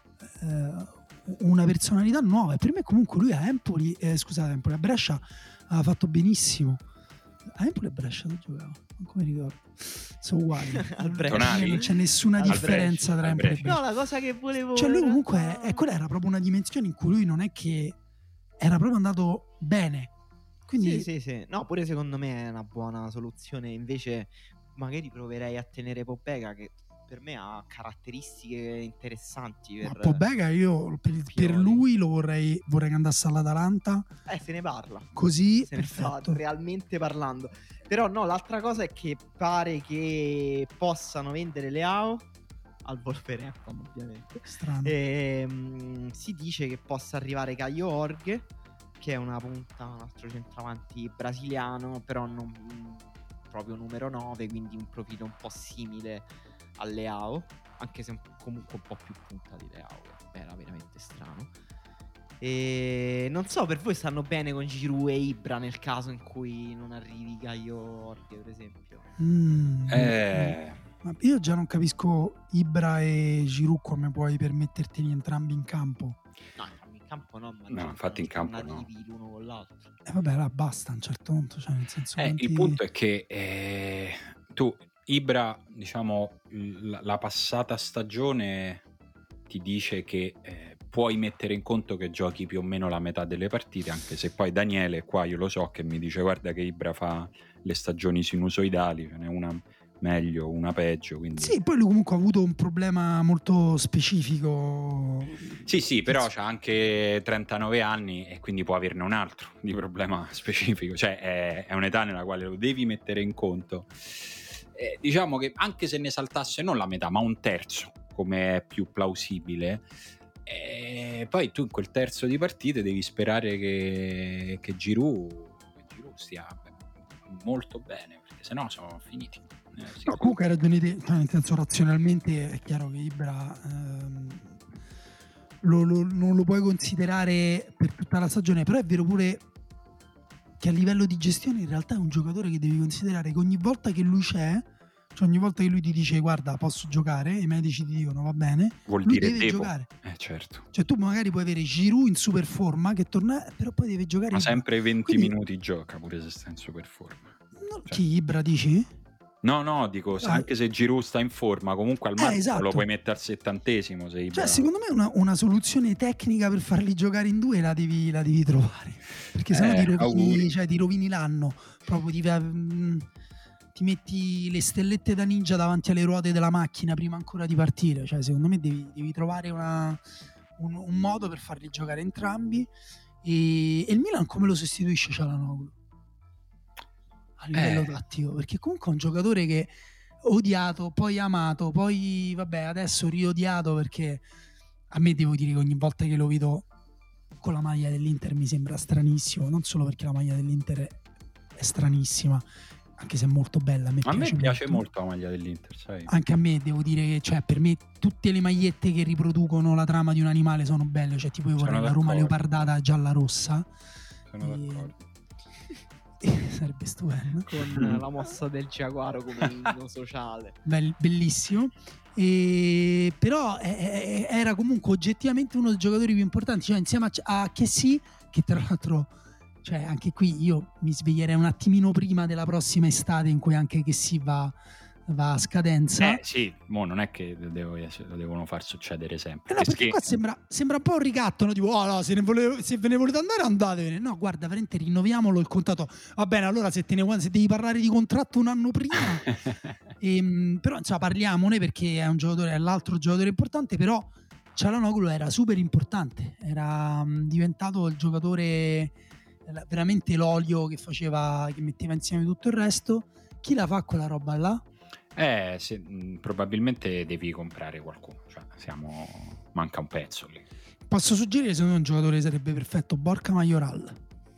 una personalità nuova, e per me comunque lui a a Brescia ha fatto benissimo. A Empoli e Brescia dove giocava? Non mi ricordo. Sono uguali. Non c'è nessuna differenza tra Empoli e Brescia. No, la cosa che volevo... Cioè lui comunque, quella era proprio una dimensione in cui lui non è che era proprio andato bene. Quindi... Sì. No, pure secondo me è una buona soluzione. Invece magari proverei a tenere Pobega, che per me ha caratteristiche interessanti. Ma Pobega io per lui lo vorrei che andasse all'Atalanta. Se ne parla. Così, se perfetto. Ne realmente parlando. Però no, l'altra cosa è che pare che possano vendere Leao al Wolverhampton, ovviamente. Strano. Si dice che possa arrivare Caio Jorge, che è una punta, un altro centravanti brasiliano, però non proprio numero 9, quindi un profilo un po' simile a Leao, anche se comunque un po' più punta di Leao, che era veramente strano. E non so, per voi stanno bene con Giroud e Ibra nel caso in cui non arrivi Caio Jorge, per esempio? Ma io già non capisco Ibra e Giroud come puoi permetterteli entrambi in campo. No, in campo no, ma no, infatti in campo nativi no. L'uno con l'altro. Vabbè, là basta a un certo punto, cioè nel senso il punto è che tu Ibra, diciamo, la passata stagione ti dice che puoi mettere in conto che giochi più o meno la metà delle partite, anche se poi Daniele qua io lo so che mi dice guarda che Ibra fa le stagioni sinusoidali, ce n'è una meglio, una peggio, quindi... Sì, poi lui comunque ha avuto un problema molto specifico. Sì, però c'ha anche 39 anni e quindi può averne un altro di problema specifico, cioè è un'età nella quale lo devi mettere in conto. Diciamo che anche se ne saltasse non la metà ma un terzo, come è più plausibile, poi tu in quel terzo di partite devi sperare che Giroud stia molto bene, perché sennò sono finiti. No, comunque hai ragione te, nel senso, razionalmente è chiaro che Ibra non lo puoi considerare per tutta la stagione, però è vero pure che a livello di gestione in realtà è un giocatore che devi considerare che ogni volta che lui c'è, cioè ogni volta che lui ti dice guarda posso giocare, i medici ti dicono va bene, vuol lui dire deve giocare. Certo. Cioè tu magari puoi avere Giroud in super forma che torna, però poi deve giocare. Ma sempre 20 Quindi, minuti gioca pure se sta in super forma. Chi Ibra dici? No, dico, anche se Giroud sta in forma, comunque al massimo esatto. lo puoi mettere al 70° se Ibra... Cioè, secondo me una soluzione tecnica per farli giocare in due la devi trovare. Perché sennò ti rovini l'anno. Proprio ti metti le stellette da ninja davanti alle ruote della macchina prima ancora di partire. Cioè, secondo me devi trovare un modo per farli giocare entrambi. E il Milan come lo sostituisce Çalhanoğlu? A livello tattico, perché comunque è un giocatore che odiato, poi amato, poi vabbè adesso riodiato, perché a me devo dire che ogni volta che lo vedo con la maglia dell'Inter mi sembra stranissimo, non solo perché la maglia dell'Inter è stranissima, anche se è molto bella, a me piace molto la maglia dell'Inter, sai? Anche a me, devo dire che cioè, per me tutte le magliette che riproducono la trama di un animale sono belle, cioè tipo io vorrei la Roma leopardata gialla rossa. Sono d'accordo. Sarebbe stupendo, con la mossa del giaguaro come inno sociale. Bellissimo. Però era comunque oggettivamente uno dei giocatori più importanti, cioè insieme a Kessie, che tra l'altro, cioè anche qui io mi sveglierei un attimino prima della prossima estate in cui anche Kessie va a scadenza. Sì, mo non è che lo devono far succedere sempre. No, perché qua sembra un po' un ricatto, no? Tipo, no, se ve ne volete andare andatevene. No, guarda, veramente rinnoviamolo il contratto. Va bene, allora se devi parlare di contratto un anno prima. Però insomma parliamone, perché è un giocatore, è l'altro giocatore importante, però Çalhanoğlu era super importante, era diventato il giocatore, veramente l'olio che metteva insieme tutto il resto. Chi la fa quella roba là? Probabilmente devi comprare qualcuno, cioè manca un pezzo lì. Posso suggerire, secondo me un giocatore sarebbe perfetto, Borja Mayoral.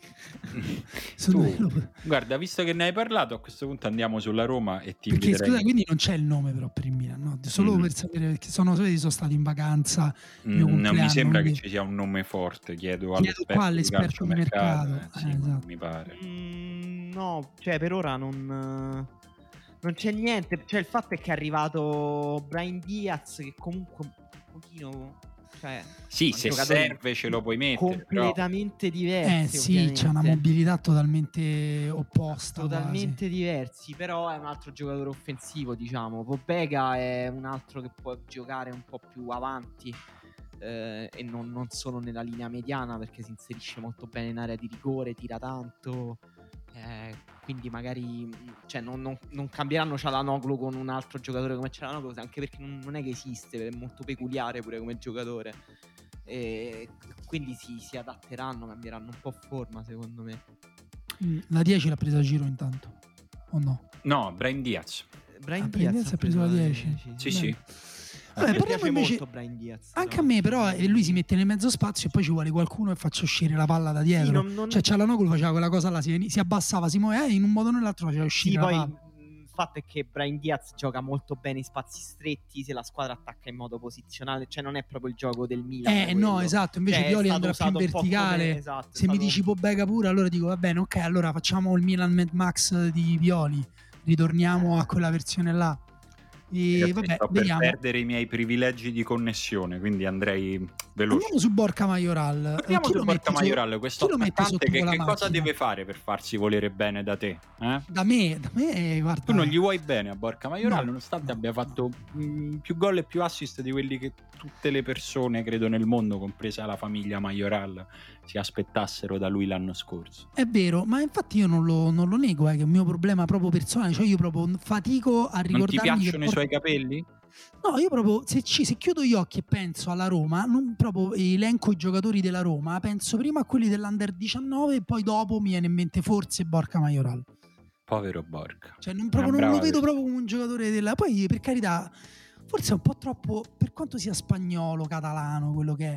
Guarda, visto che ne hai parlato, a questo punto andiamo sulla Roma e ti perché inviterei... scusa, quindi non c'è il nome però per il Milan, no? Solo per sapere, perché sono stato in vacanza, non mi sembra che ci sia un nome forte. Chiedo all'esperto di mercato. Esatto. Mi pare no, cioè per ora non c'è niente. Cioè il fatto è che è arrivato Brahim Diaz, che comunque un pochino, cioè, sì, se serve ce lo puoi mettere, completamente diversi. Sì, c'è una mobilità totalmente opposta, totalmente diversi, però è un altro giocatore offensivo, diciamo. Pobega è un altro che può giocare un po' più avanti, e non solo nella linea mediana, perché si inserisce molto bene in area di rigore, tira tanto, quindi magari cioè non cambieranno Çalhanoğlu con un altro giocatore come Çalhanoğlu, anche perché non è che esiste, è molto peculiare pure come giocatore, e quindi si adatteranno, cambieranno un po' forma, secondo me. La 10 l'ha presa a giro intanto, o no? No, Brahim Diaz ha preso la 10. Sì. Vabbè, piace molto Brahim Diaz, anche a me, però lui si mette nel mezzo spazio e poi ci vuole qualcuno che faccia uscire la palla da dietro. Sì, cioè Çalhanoğlu faceva quella cosa là, si abbassava, si muoveva, in un modo o nell'altro faceva uscire la palla. Il fatto è che Brahim Diaz gioca molto bene in spazi stretti, se la squadra attacca in modo posizionale, cioè non è proprio il gioco del Milan. No, esatto, invece Violi andrà più in verticale. Se mi dici Pobega pure, allora dico va bene, ok, allora facciamo il Milan Mad Max di Violi, ritorniamo a quella versione là. E vabbè, sto per vediamo. perdere i miei privilegi di connessione, quindi andrei veloce. Andiamo su Borca Majoral. Andiamo su Borca Majoral, questo chi lo mette attaccante sotto con la che cosa macchina? deve fare per farsi volere bene da te? Da me, guarda. Tu non gli vuoi bene a Borca Majoral, No, nonostante no. abbia fatto più gol e più assist di quelli che tutte le persone, credo, nel mondo, compresa la famiglia Majoral, si aspettassero da lui l'anno scorso. È vero, ma infatti io non lo nego, che è un mio problema proprio personale, cioè io proprio fatico a ricordarmi. Non ti piacciono i suoi capelli? No, io proprio se chiudo gli occhi e penso alla Roma, non proprio elenco i giocatori della Roma, penso prima a quelli dell'Under 19 e poi dopo mi viene in mente forse Borca Majoral. Povero Borca. Cioè non lo vedo proprio come un giocatore della... Poi per carità, forse è un po' troppo, per quanto sia spagnolo, catalano, quello che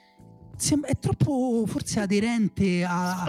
è troppo forse aderente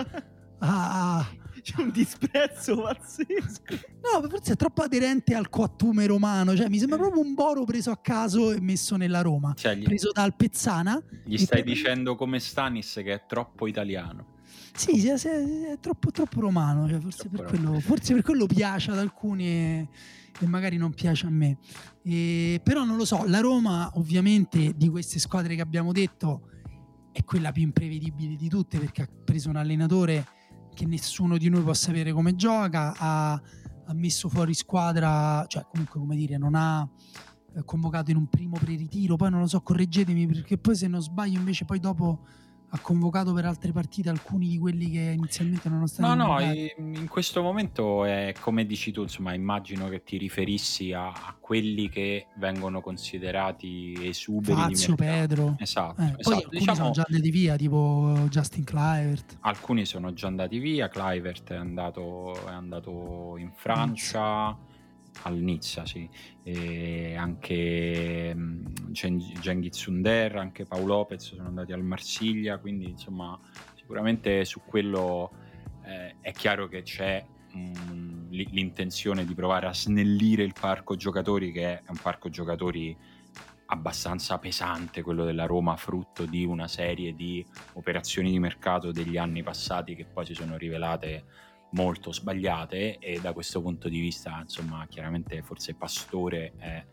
a C'è un disprezzo pazzesco. No, forse è troppo aderente al coattume romano. Cioè, mi sembra proprio un Boro preso a caso e messo nella Roma. Cioè, preso dal Pezzana. Gli stai dicendo come Stanis che è troppo italiano. Sì, è troppo romano. Cioè, forse per quello piace ad alcuni e magari non piace a me. Però non lo so. La Roma, ovviamente, di queste squadre che abbiamo detto, è quella più imprevedibile di tutte, perché ha preso un allenatore che nessuno di noi può sapere come gioca, ha messo fuori squadra, cioè comunque, come dire, non ha convocato in un primo pre-ritiro, poi non lo so, correggetemi, perché poi se non sbaglio invece poi dopo ha convocato per altre partite alcuni di quelli che inizialmente non stati convocati. In questo momento è come dici tu, insomma, immagino che ti riferissi a quelli che vengono considerati esuberi Fazio, di mercato. Pedro. Esatto. Poi alcuni sono già andati via, tipo Justin Kluivert. Alcuni sono già andati via, Kluivert è andato in Francia, al Nizza, sì, e anche Cengiz Under, anche Pau Lopez sono andati al Marsiglia, quindi insomma sicuramente su quello è chiaro che c'è l'intenzione di provare a snellire il parco giocatori, che è un parco giocatori abbastanza pesante, quello della Roma, frutto di una serie di operazioni di mercato degli anni passati che poi si sono rivelate molto sbagliate, e da questo punto di vista, insomma, chiaramente forse Pastore è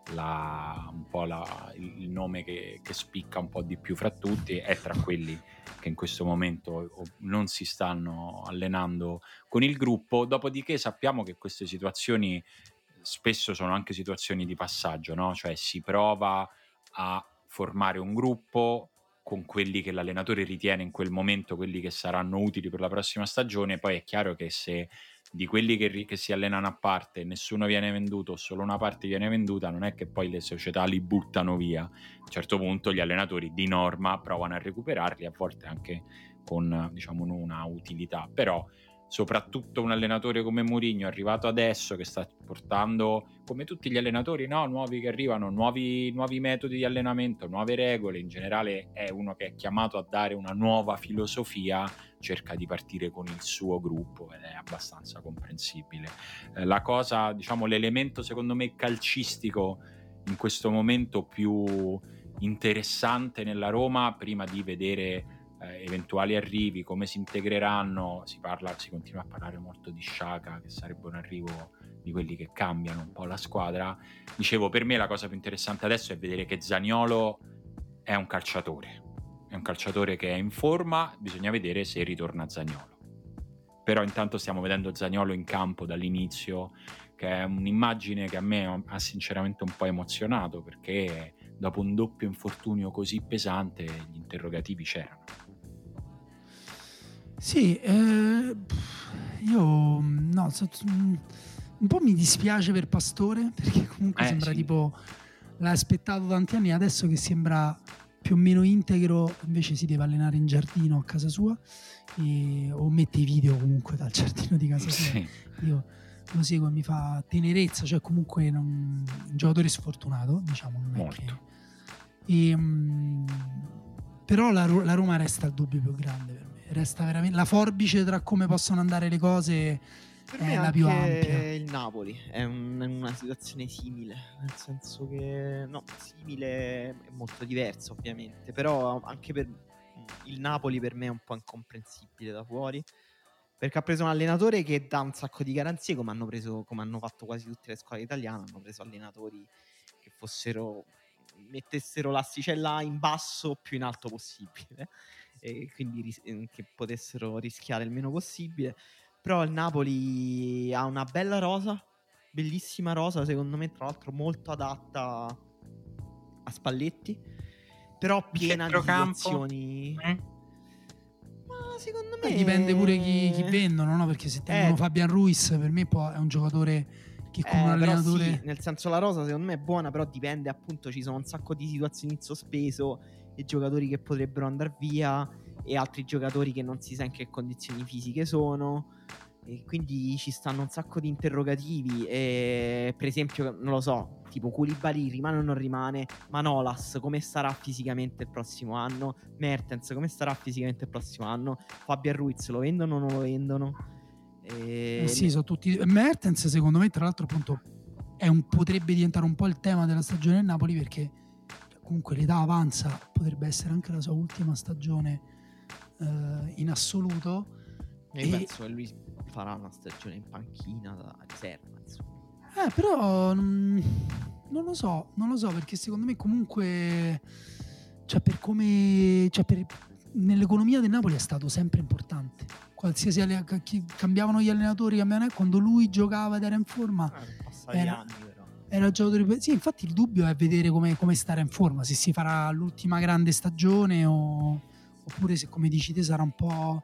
il nome che spicca un po' di più fra tutti, è tra quelli che in questo momento non si stanno allenando con il gruppo. Dopodiché sappiamo che queste situazioni spesso sono anche situazioni di passaggio, no? Cioè si prova a formare un gruppo con quelli che l'allenatore ritiene in quel momento quelli che saranno utili per la prossima stagione. Poi è chiaro che se di quelli che si allenano a parte nessuno viene venduto o solo una parte viene venduta, non è che poi le società li buttano via. A un certo punto gli allenatori di norma provano a recuperarli, a volte anche con, diciamo, una utilità, però soprattutto un allenatore come Mourinho, arrivato adesso, che sta portando, come tutti gli allenatori, no, nuovi che arrivano, nuovi metodi di allenamento, nuove regole, in generale è uno che è chiamato a dare una nuova filosofia, cerca di partire con il suo gruppo ed è abbastanza comprensibile. La cosa, diciamo, l'elemento secondo me calcistico in questo momento più interessante nella Roma, prima di vedere eventuali arrivi, come si integreranno, si continua a parlare molto di Sciaka, che sarebbe un arrivo di quelli che cambiano un po' la squadra. Dicevo, per me la cosa più interessante adesso è vedere che Zaniolo è un calciatore che è in forma, bisogna vedere se ritorna Zaniolo. Però intanto stiamo vedendo Zaniolo in campo dall'inizio, che è un'immagine che a me ha sinceramente un po' emozionato, perché dopo un doppio infortunio così pesante gli interrogativi c'erano. Sì, io no, un po' mi dispiace per Pastore, perché comunque sembra tipo l'ha aspettato tanti anni, adesso che sembra più o meno integro, invece si deve allenare in giardino a casa sua o mette i video comunque dal giardino di casa sua. Sì. Io lo seguo e mi fa tenerezza, cioè comunque un giocatore sfortunato, diciamo, non è molto. Però la Roma resta il dubbio più grande per me. Resta veramente la forbice tra come possono andare le cose, per è me la più anche ampia. il Napoli è una situazione simile, nel senso che simile è molto diversa ovviamente, però anche per il Napoli per me è un po' incomprensibile da fuori, perché ha preso un allenatore che dà un sacco di garanzie, come hanno fatto quasi tutte le squadre italiane. Hanno preso allenatori che mettessero l'asticella in basso più in alto possibile, e quindi che potessero rischiare il meno possibile. Però il Napoli ha una bella rosa, bellissima rosa, secondo me, tra l'altro molto adatta a Spalletti, però piena di situazioni. Ma secondo me dipende pure chi vendono, no? Perché se tengono Fabian Ruiz, per me poi è un giocatore che con un allenatore... Sì, nel senso, la rosa secondo me è buona, però dipende, appunto, ci sono un sacco di situazioni in sospeso e giocatori che potrebbero andare via e altri giocatori che non si sa in che condizioni fisiche sono, e quindi ci stanno un sacco di interrogativi. E, per esempio, non lo so, tipo Koulibaly rimane o non rimane, Manolas come starà fisicamente il prossimo anno, Mertens come starà fisicamente il prossimo anno, Fabian Ruiz lo vendono o non lo vendono? Sì, sono tutti. Mertens secondo me, tra l'altro, appunto potrebbe diventare un po' il tema della stagione del Napoli, perché comunque l'età avanza, potrebbe essere anche la sua ultima stagione in assoluto. Io penso che lui farà una stagione in panchina da riserva, insomma. Però non lo so, perché secondo me comunque, cioè, per come, cioè, nell'economia del Napoli è stato sempre importante. Qualsiasi cambiavano gli allenatori, quando lui giocava ed era in forma, era il giocatore. Sì, infatti il dubbio è vedere come stare in forma, se si farà l'ultima grande stagione oppure se, come dici te, sarà un po'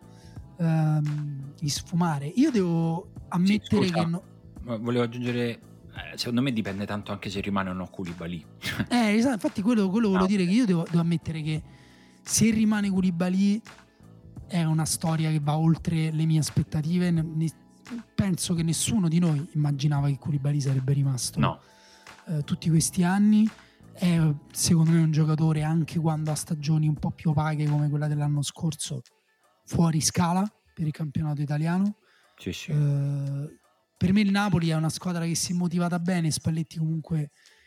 di sfumare. Io devo ammettere che volevo aggiungere, secondo me dipende tanto anche se rimane o no Koulibaly. Esatto, infatti quello volevo dire, che io devo ammettere che se rimane Koulibaly è una storia che va oltre le mie aspettative. Penso che nessuno di noi immaginava che Koulibaly sarebbe rimasto tutti questi anni. È secondo me un giocatore, anche quando ha stagioni un po' più opache come quella dell'anno scorso, fuori scala per il campionato italiano. Sì. Per me il Napoli è una squadra che si è motivata bene. Spalletti comunque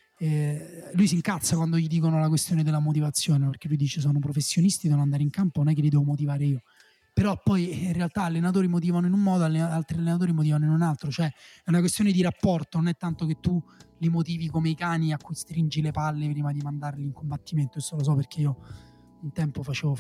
lui si incazza quando gli dicono la questione della motivazione, perché lui dice: sono professionisti, devono andare in campo, non è che li devo motivare io. Però poi in realtà allenatori motivano in un modo, altri allenatori motivano in un altro, cioè è una questione di rapporto, non è tanto che tu li motivi come i cani a cui stringi le palle prima di mandarli in combattimento. Questo lo so perché io un tempo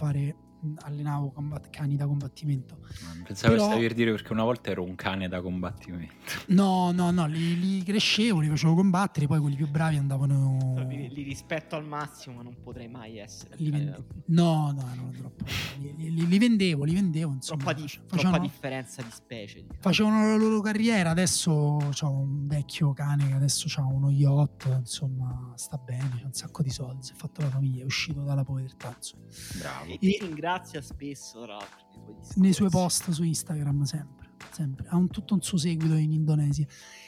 allenavo cani da combattimento. Pensavo stavi per dire, perché una volta ero un cane da combattimento. No, li crescevo, li facevo combattere, poi quelli più bravi andavano. Li rispetto al massimo, ma non potrei mai essere. No, troppo. Li vendevo, insomma. Troppa differenza di specie. Diciamo. Facevano la loro carriera. Adesso c'ho un vecchio cane che adesso c'ha uno yacht, insomma, sta bene, c'ha un sacco di soldi, si è fatto la famiglia, è uscito dalla povertà, insomma. Bravo. E ti ringrazia spesso, tra l'altro, nei suoi post su Instagram, sempre. Ha tutto un suo seguito in Indonesia.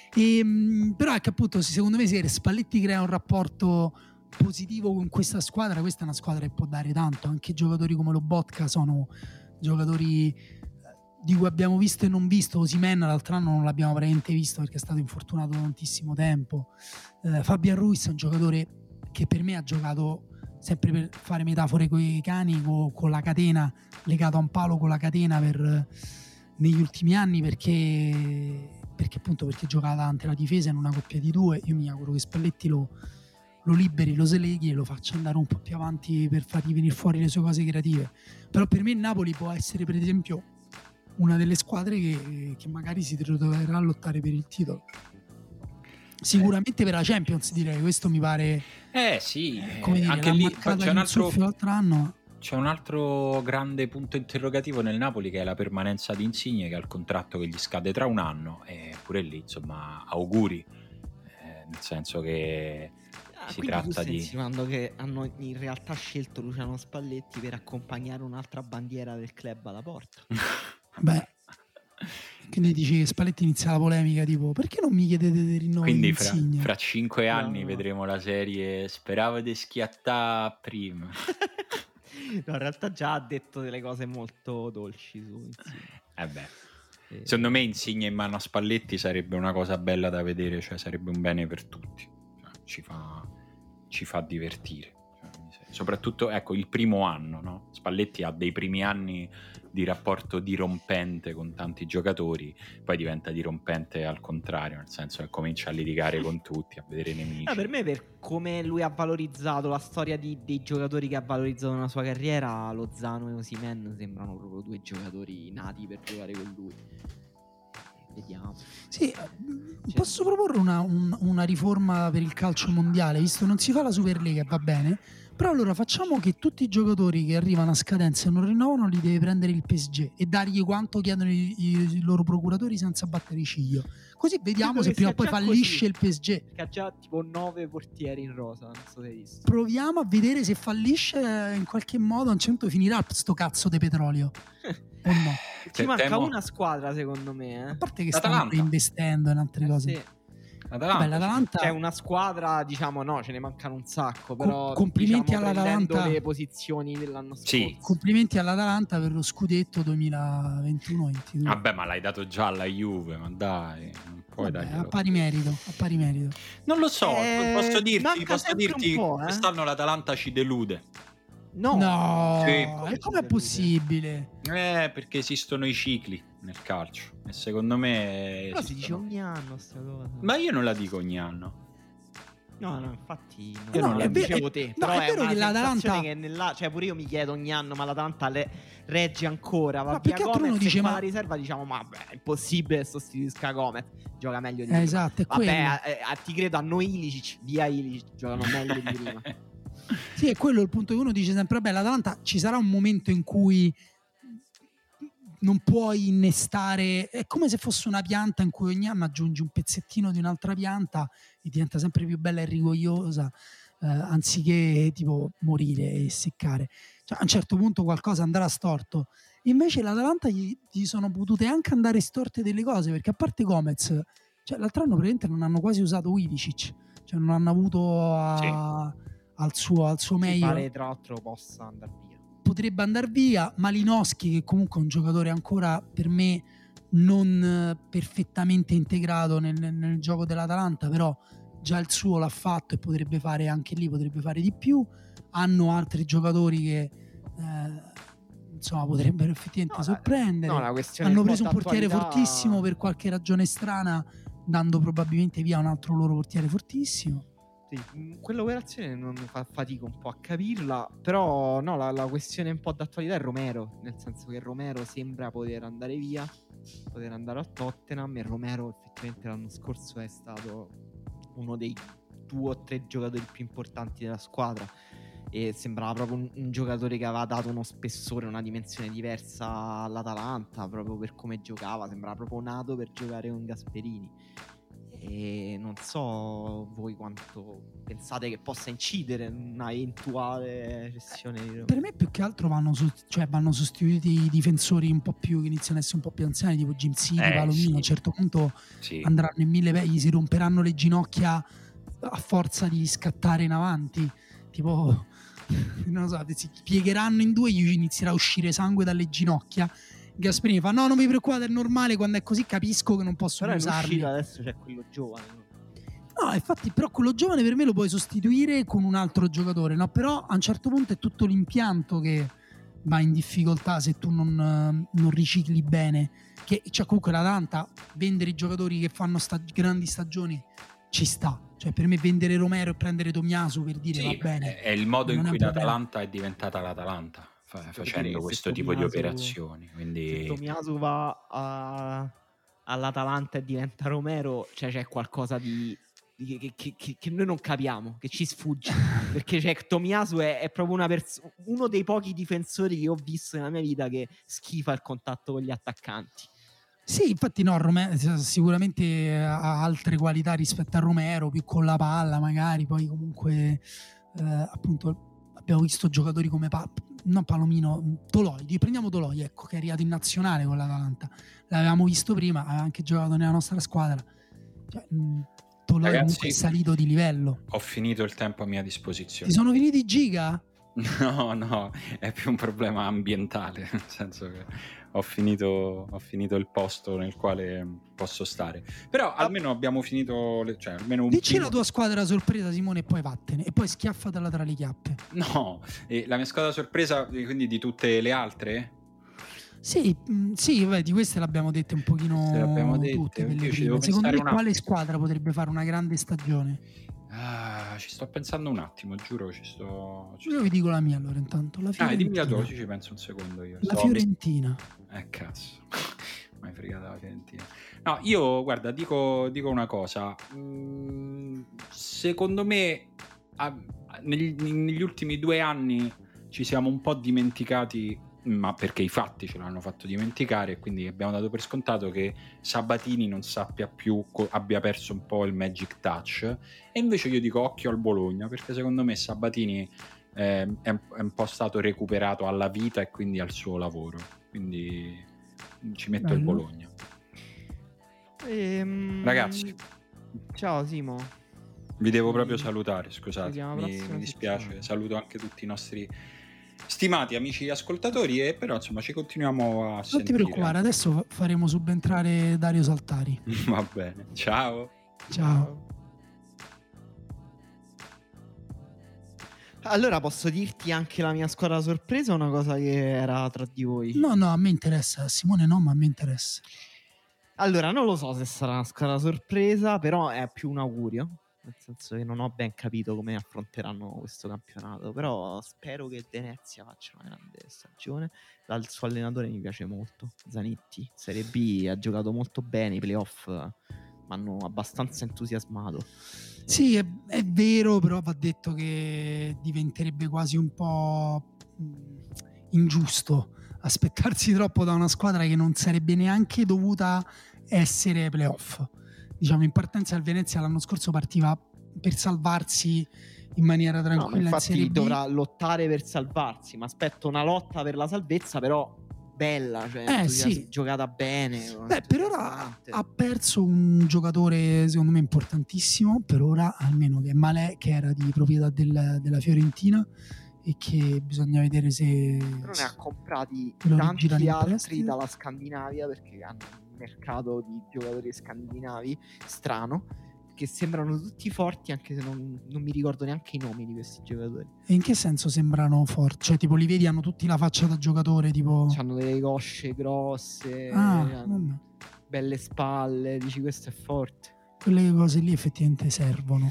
Però è che appunto, secondo me, se Spalletti crea un rapporto positivo con questa squadra, questa è una squadra che può dare tanto. Anche giocatori come Lobotka sono giocatori di cui abbiamo visto e non visto. Osimhen l'altro anno non l'abbiamo praticamente visto perché è stato infortunato da tantissimo tempo. Fabian Ruiz è un giocatore che per me ha giocato, sempre per fare metafore con i cani, con la catena, legato a un palo con la catena negli ultimi anni, perché giocava davanti alla difesa in una coppia di due. Io mi auguro che Spalletti lo liberi, lo sleghi e lo faccia andare un po' più avanti per fargli venire fuori le sue cose creative. Però per me il Napoli può essere, per esempio, una delle squadre che magari si troverà a lottare per il titolo. Sicuramente per la Champions, direi. Questo mi pare sì, come dire, anche lì c'è un altro grande punto interrogativo nel Napoli, che è la permanenza di Insigne, che ha il contratto che gli scade tra un anno, e pure lì, insomma, auguri, nel senso che si tratta di... insinuando che hanno in realtà scelto Luciano Spalletti per accompagnare un'altra bandiera del club alla porta. Beh, quindi dici che Spalletti inizia la polemica tipo: perché non mi chiedete dei rinnovi? Quindi fra 5 anni vedremo la serie "Speravo di schiattà prima". No, in realtà già ha detto delle cose molto dolci su Insigne. Secondo me Insigne in mano a Spalletti sarebbe una cosa bella da vedere, cioè sarebbe un bene per tutti, ci fa divertire, soprattutto ecco il primo anno, no? Spalletti ha dei primi anni di rapporto dirompente con tanti giocatori, poi diventa dirompente al contrario, nel senso che comincia a litigare con tutti, a vedere nemici. Per me, per come lui ha valorizzato la storia dei giocatori che ha valorizzato nella sua carriera, Lozano e Osimhen sembrano proprio due giocatori nati per giocare con lui. Vediamo. Sì, posso proporre una riforma per il calcio mondiale, visto che non si fa la Superlega, va bene, però allora facciamo che tutti i giocatori che arrivano a scadenza e non rinnovano li deve prendere il PSG e dargli quanto chiedono i loro procuratori senza battere ciglio, così vediamo se prima o poi fallisce così, il PSG, che ha già tipo 9 portieri in rosa, non so se hai visto. proviamo a vedere se fallisce in qualche modo, a un certo finirà sto cazzo di petrolio o no. Ci manca una squadra secondo me, a parte che L'Atalanta. stanno investendo in altre cose. Sì. Vabbè, l'Atalanta c'è una squadra, diciamo, no, ce ne mancano un sacco, però complimenti diciamo, all'Atalanta, le posizioni dell'anno scorso. Sì. Complimenti all'Atalanta per lo scudetto 2021-22. Vabbè, ma l'hai dato già alla Juve, ma dai, non puoi darglielo. A pari merito. Non lo so, posso dirti un po', quest'anno l'Atalanta ci delude. No, Sì. Com'è possibile? Perché esistono i cicli nel calcio e secondo me però si dice ogni anno sta cosa. Ma io non la dico ogni anno. No, infatti Io non la dicevo te. No, però è vero una che l'Atalanta che cioè pure io mi chiedo ogni anno, ma l'Atalanta regge ancora, va No, via perché uno Gomez, dice, e qua ma la riserva diciamo, ma è impossibile che sostituisca Gomez, gioca meglio di prima. esatto, è Vabbè, quello. ti credo, a noi Ilicic, via Ilicic, giocano meglio di prima. Sì, è quello il punto che uno dice sempre. Vabbè, l'Atalanta ci sarà un momento in cui non puoi innestare, è come se fosse una pianta in cui ogni anno aggiungi un pezzettino di un'altra pianta e diventa sempre più bella e rigogliosa, anziché tipo morire e seccare. Cioè, a un certo punto qualcosa andrà storto. Invece l'Atalanta gli sono potute anche andare storte delle cose, perché a parte Gomez, cioè, l'altro anno praticamente non hanno quasi usato Ilicic, cioè non hanno avuto al suo meglio. Pare tra l'altro possa andare via. Potrebbe andare via. Malinowski, che comunque è un giocatore ancora per me non perfettamente integrato nel gioco dell'Atalanta, però già il suo l'ha fatto e potrebbe fare anche lì, potrebbe fare di più. Hanno altri giocatori che insomma potrebbero effettivamente sorprendere. Hanno preso un portiere fortissimo per qualche ragione strana, dando probabilmente via un altro loro portiere fortissimo. Sì, quell'operazione non fa fatico un po' a capirla, però no, la questione un po' d'attualità è Romero, nel senso che Romero sembra poter andare via, poter andare al Tottenham, e Romero effettivamente l'anno scorso è stato uno dei 2 o 3 giocatori più importanti della squadra e sembrava proprio un giocatore che aveva dato uno spessore, una dimensione diversa all'Atalanta, proprio per come giocava, sembrava proprio nato per giocare con Gasperini. E non so voi quanto pensate che possa incidere una eventuale cessione di Romero. Per me più che altro vanno sostituiti i difensori un po' più che iniziano ad essere un po' più anziani, tipo Jim City, Palomino. Sì. A un certo punto andranno in 1000 gli si romperanno le ginocchia a forza di scattare in avanti, tipo non lo so, si piegheranno in due, gli inizierà a uscire sangue dalle ginocchia. Gasperini fa: no, non vi preoccupate, è normale, quando è così capisco che non possono usarli. Però adesso c'è quello giovane, no? Infatti, però quello giovane per me lo puoi sostituire con un altro giocatore, no? Però a un certo punto è tutto l'impianto che va in difficoltà se tu non ricicli bene. Che cioè, comunque l'Atalanta vendere i giocatori che fanno grandi stagioni ci sta. Cioè, per me vendere Romero e prendere Tomiasu, per dire, va bene. È il modo in cui l'Atalanta è diventata l'Atalanta, facendo questo tipo di operazioni. Quindi se Tomiasu va all'Atalanta e diventa Romero, cioè c'è qualcosa che noi non capiamo, che ci sfugge. Perché Tomiasu è proprio uno dei pochi difensori che ho visto nella mia vita che schifa il contatto con gli attaccanti. Sì, infatti no, sicuramente ha altre qualità rispetto a Romero, più con la palla magari, poi comunque appunto abbiamo visto giocatori come Palomino, Toloi, prendiamo Toloi, ecco, che è arrivato in nazionale con l'Atalanta, l'avevamo visto prima, aveva anche giocato nella nostra squadra, cioè, Toloi comunque è salito di livello. Ho finito il tempo a mia disposizione. Ti sono finiti i giga? No, è più un problema ambientale, nel senso che ho finito il posto nel quale posso stare. Però almeno abbiamo finito, cioè almeno un Dici la tua squadra sorpresa, Simone, e poi vattene. E poi schiaffatela tra le chiappe. No, la mia squadra sorpresa, quindi di tutte le altre? Sì, beh, di queste l'abbiamo dette un pochino tutte. Delle prime. Secondo me quale squadra potrebbe fare una grande stagione? Ci sto pensando un attimo, giuro, Io vi dico la mia allora intanto. La Fiorentina. Dimmi la tua, ci penso un secondo io. La Fiorentina. Cazzo. Mi hai fregato la Fiorentina. No, io, guarda, dico una cosa. Secondo me negli ultimi 2 anni ci siamo un po' dimenticati, ma perché i fatti ce l'hanno fatto dimenticare, e quindi abbiamo dato per scontato che Sabatini non sappia più, abbia perso un po' il magic touch, e invece io dico occhio al Bologna, perché secondo me Sabatini è un po' stato recuperato alla vita e quindi al suo lavoro, quindi ci metto il Bologna. Ragazzi, ciao Simo, vi devo proprio salutare, scusate, mi dispiace, saluto anche tutti i nostri stimati amici ascoltatori, e però insomma ci continuiamo a sentire. Non ti preoccupare, adesso faremo subentrare Dario Saltari. Va bene, ciao. Allora posso dirti anche la mia squadra sorpresa o una cosa che era tra di voi? No, a me interessa, Simone no, ma a me interessa. Allora, non lo so se sarà una squadra sorpresa, però è più un augurio, nel senso che non ho ben capito come affronteranno questo campionato, però spero che Venezia faccia una grande stagione. Il suo allenatore mi piace molto, Zanetti, Serie B, ha giocato molto bene, i playoff mi hanno abbastanza entusiasmato. Sì, è vero, però va detto che diventerebbe quasi un po' ingiusto aspettarsi troppo da una squadra che non sarebbe neanche dovuta essere playoff. Diciamo, in partenza il Venezia l'anno scorso partiva per salvarsi in maniera tranquilla. No, infatti in Serie B dovrà lottare per salvarsi, ma aspetto una lotta per la salvezza, però bella, cioè sì, giocata bene. Beh, per ora ha perso un giocatore secondo me importantissimo, per ora almeno, che è Malè, che era di proprietà della Fiorentina, e che bisogna vedere se però ne ha comprati tanti altri dalla Scandinavia, perché hanno un mercato di giocatori scandinavi strano, che sembrano tutti forti, anche se non mi ricordo neanche i nomi di questi giocatori. E in che senso sembrano forti? Cioè tipo li vedi, hanno tutti la faccia da giocatore, tipo hanno delle cosce grosse, belle spalle, dici questo è forte. Quelle cose lì effettivamente servono.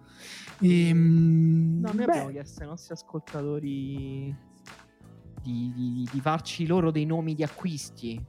No, noi abbiamo chiesto ai nostri ascoltatori di farci loro dei nomi di acquisti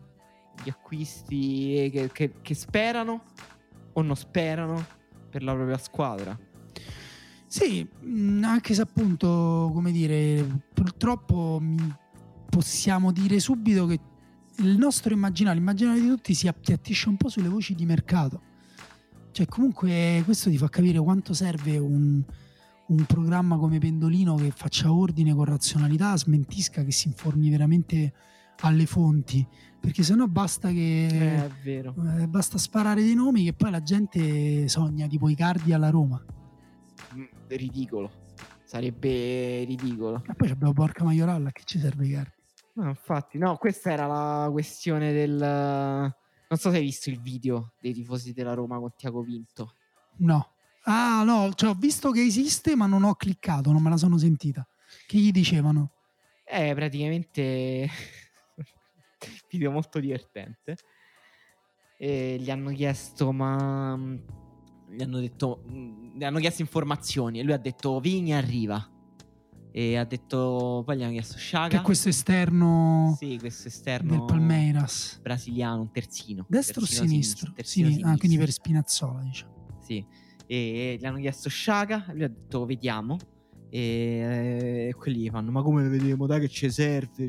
che sperano o non sperano per la propria squadra. Sì, anche se appunto, come dire, purtroppo possiamo dire subito che il nostro immaginario di tutti si appiattisce un po' sulle voci di mercato. Cioè comunque questo ti fa capire quanto serve un programma come Pendolino, che faccia ordine con razionalità, smentisca, che si informi veramente alle fonti, perché sennò basta che è vero. Basta sparare dei nomi che poi la gente sogna, tipo Icardi alla Roma. Ridicolo, sarebbe ridicolo. E poi abbiamo Borca Maioralla, che ci serve Icardi? No, infatti, no, questa era la questione del... Non so se hai visto il video dei tifosi della Roma con Tiago Pinto. No. Ah, no, cioè ho visto che esiste, ma non ho cliccato, non me la sono sentita. Che gli dicevano? Praticamente video molto divertente. E gli hanno chiesto, gli hanno chiesto informazioni, e lui ha detto Vigna arriva. E ha detto, poi gli hanno chiesto Sciaga, che è questo esterno, sì, questo esterno del Palmeiras, brasiliano, un terzino, destro o sinistro? Sinistro. Quindi per Spinazzola, diciamo. Sì. E gli hanno chiesto Sciaga, lui ha detto vediamo, e quelli gli fanno ma come vediamo, dai che ci serve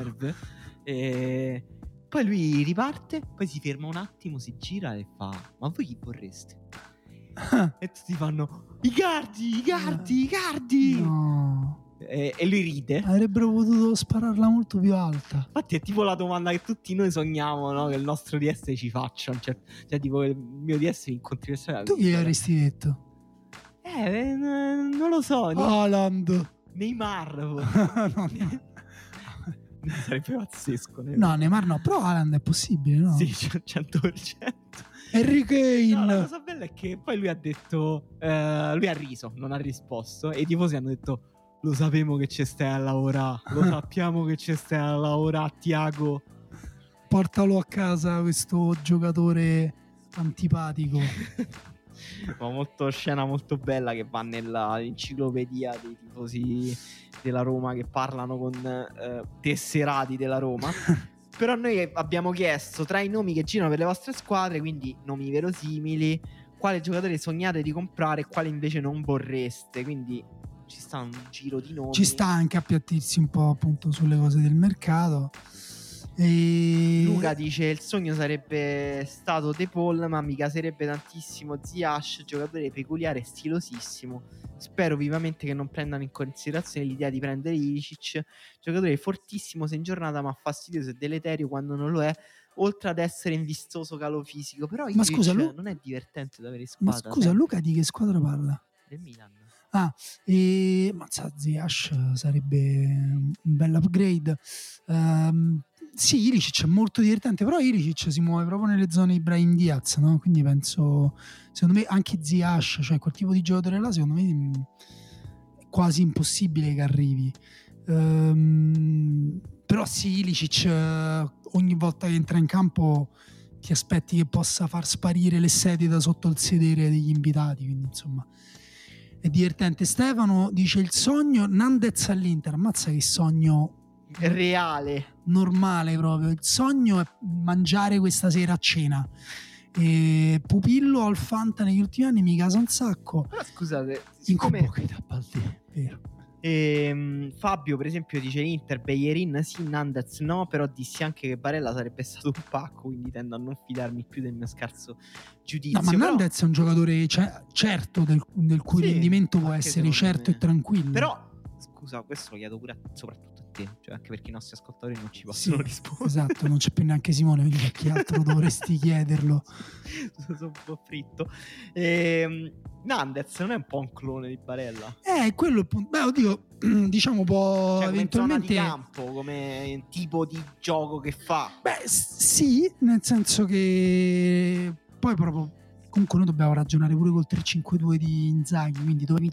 e poi lui riparte, poi si ferma un attimo, si gira e fa ma voi chi vorreste? E tutti fanno Icardi. No. E lui ride. Avrebbero potuto spararla molto più alta. Infatti è tipo la domanda che tutti noi sogniamo, no? Che il nostro DS ci faccia, cioè tipo che il mio DS incontri questa. Tu chi avresti detto? Non lo so. Haaland. Neymar. No. Sarebbe pazzesco. No, Neymar no, però Haaland è possibile, no? Sì, 100%. Harry Kane. No, la cosa bella è che poi lui ha detto, lui ha riso, non ha risposto, e i tifosi hanno detto: lo sappiamo che ci stai a lavorare, lo sappiamo che ci stai a lavorare, Tiago. Portalo a casa questo giocatore antipatico. Ma scena molto bella che va nell'enciclopedia dei tifosi della Roma che parlano con tesserati della Roma. Però noi abbiamo chiesto tra i nomi che girano per le vostre squadre, quindi nomi verosimili, quale giocatore sognate di comprare e quale invece non vorreste. Quindi ci sta un giro di nomi. Ci sta anche appiattirsi un po' appunto sulle cose del mercato. E... Luca dice: il sogno sarebbe stato De Paul, ma mi caserebbe tantissimo Ziyech, giocatore peculiare e stilosissimo. Spero vivamente che non prendano in considerazione l'idea di prendere Ilicic, giocatore fortissimo se in giornata, ma fastidioso e deleterio quando non lo è, oltre ad essere in vistoso calo fisico. Però Ilicic scusa, non è divertente da avere in squadra. Ma scusa, Luca di che squadra parla? Del Milan. Mazza, Ziyech sarebbe un bel upgrade. Sì, Ilicic è molto divertente, però Ilicic si muove proprio nelle zone di Brahim Diaz, no? Quindi penso, secondo me anche Ziyech, cioè quel tipo di giocatore là, secondo me è quasi impossibile che arrivi. Però sì, Ilicic ogni volta che entra in campo ti aspetti che possa far sparire le sedie da sotto il sedere degli invitati, quindi insomma è divertente. Stefano dice: il sogno Nandez all'Inter. Ammazza che sogno reale, normale proprio. Il sogno è mangiare questa sera a cena. Pupillo al Fanta negli ultimi anni mi casa un sacco. Però scusate, siccome... vero. Fabio per esempio dice: Inter, Bellerin sì, Nandez no, però dissi anche che Barella sarebbe stato un pacco, quindi tendo a non fidarmi più del mio scarso giudizio. No, ma però... Nandez è un giocatore certo del cui rendimento può essere certo e tranquillo. Però scusa, questo lo chiedo pure soprattutto a te, cioè anche perché i nostri ascoltatori non ci possono rispondere. Esatto, non c'è più neanche Simone, quindi a chi altro dovresti chiederlo? Sono un po' fritto. Nandez non è un po' un clone di Barella? Quello è il punto. Beh, oddio, diciamo può eventualmente come zona di campo, come tipo di gioco che fa. Beh, sì, nel senso che poi proprio comunque noi dobbiamo ragionare pure col 3-5-2 di Inzaghi, quindi dove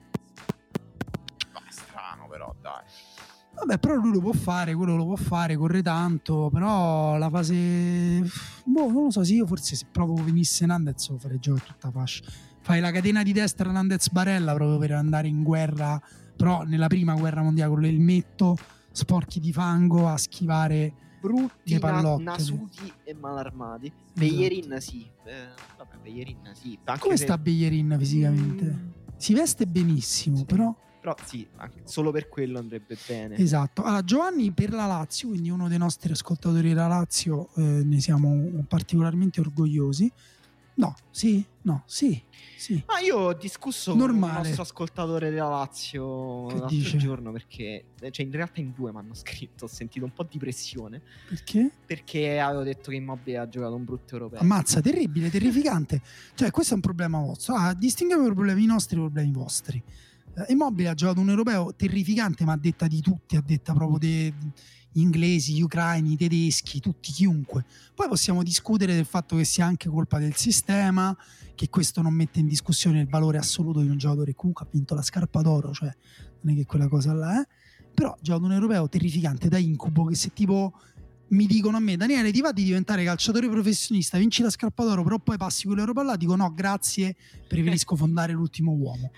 Dai. Vabbè, però lui lo può fare, quello lo può fare, corre tanto, però la fase non lo so, sì, io forse se proprio venisse Nandez lo farei giocare tutta fascia. Fai la catena di destra Nandez Barella proprio per andare in guerra, però nella prima guerra mondiale con l'elmetto, sporchi di fango, a schivare brutti, nasuti e malarmati. Bellerin sì. Vabbè, Bellerin sì. Anche come sta Bellerin fisicamente? Si veste benissimo, però sì, anche solo per quello andrebbe bene. Esatto. Allora, Giovanni per la Lazio, quindi uno dei nostri ascoltatori della Lazio, ne siamo particolarmente orgogliosi. Sì. Ma io ho discusso con il nostro ascoltatore della Lazio l'altro giorno, perché in realtà in due mi hanno scritto, ho sentito un po' di pressione. Perché? Perché avevo detto che Immobile ha giocato un brutto europeo. Ammazza, terribile, terrificante. Cioè, questo è un problema vostro. Distinguiamo i problemi nostri e i problemi vostri. Immobile ha giocato un europeo terrificante, ma a detta di tutti, a detta proprio degli inglesi, gli ucraini, i tedeschi, tutti, chiunque. Poi possiamo discutere del fatto che sia anche colpa del sistema, che questo non mette in discussione il valore assoluto di un giocatore che comunque ha vinto la scarpa d'oro, cioè non è che quella cosa là è. Però ha giocato un europeo terrificante da incubo, che se tipo mi dicono a me: Daniele, ti va di diventare calciatore professionista, vinci la scarpa d'oro, però poi passi quell'Europa là, dico no, grazie, preferisco fondare l'ultimo uomo.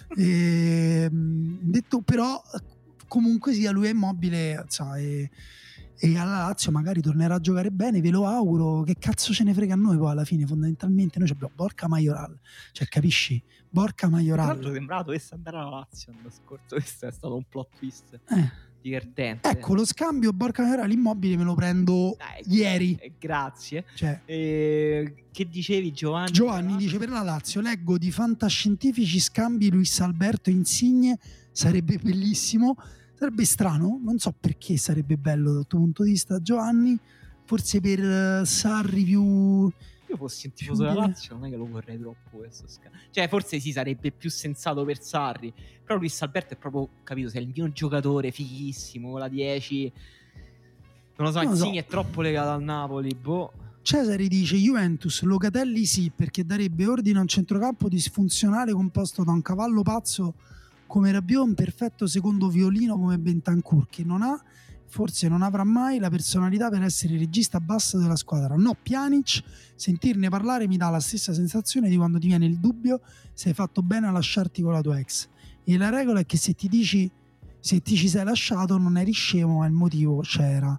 Detto, però comunque sia, lui è Immobile, e alla Lazio magari tornerà a giocare bene, ve lo auguro. Che cazzo ce ne frega a noi poi alla fine, fondamentalmente noi abbiamo Borca Majoral, cioè capisci? Borca Majoral. Tra l'altro sembrava dovesse andare alla Lazio l'anno scorso, questo è stato un plot twist divertente. Ecco, lo scambio Borca Majoral Immobile me lo prendo ieri. Grazie. Cioè, che dicevi, Giovanni? Giovanni dice: per la Lazio leggo di fantascientifici scambi Luis Alberto Insigne, sarebbe bellissimo. Sarebbe strano, non so perché sarebbe bello dal tuo punto di vista, Giovanni. Forse per Sarri più Io fossi un tifoso della Lazio, non è che lo vorrei troppo questo cioè forse sì, sarebbe più sensato per Sarri, però Luis Alberto è proprio, capito, sei il mio giocatore fighissimo con la 10, non lo so, Insigne è troppo legato al Napoli, boh. Cesare dice Juventus, Locatelli sì, perché darebbe ordine a un centrocampo disfunzionale composto da un cavallo pazzo come Rabiot, un perfetto secondo violino come Bentancur, che forse non avrà mai la personalità per essere il regista basso della squadra. No, Pjanic, sentirne parlare mi dà la stessa sensazione di quando ti viene il dubbio se hai fatto bene a lasciarti con la tua ex. E la regola è che se ti ci sei lasciato non eri scemo, ma il motivo c'era.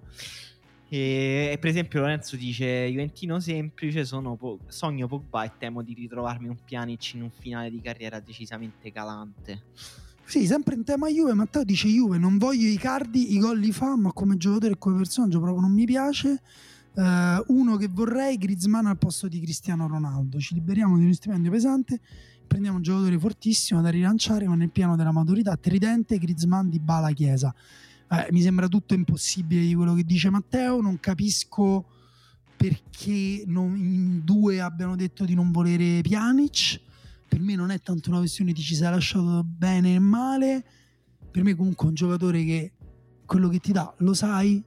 E per esempio Lorenzo dice Juventino semplice, sogno Pogba e temo di ritrovarmi un Pjanic in un finale di carriera decisamente calante. Sì, sempre in tema Juve. Matteo dice Juve, non voglio Icardi, i gol li fa, ma come giocatore e come personaggio proprio non mi piace. Uno che vorrei, Griezmann al posto di Cristiano Ronaldo. Ci liberiamo di uno stipendio pesante, prendiamo un giocatore fortissimo da rilanciare, ma nel piano della maturità tridente, Griezmann, Dybala, Chiesa. Mi sembra tutto impossibile di quello che dice Matteo. Non capisco perché in due abbiano detto di non volere Pjanic. Per me non è tanto una questione di ci sei lasciato bene e male. Per me comunque è un giocatore che quello che ti dà lo sai.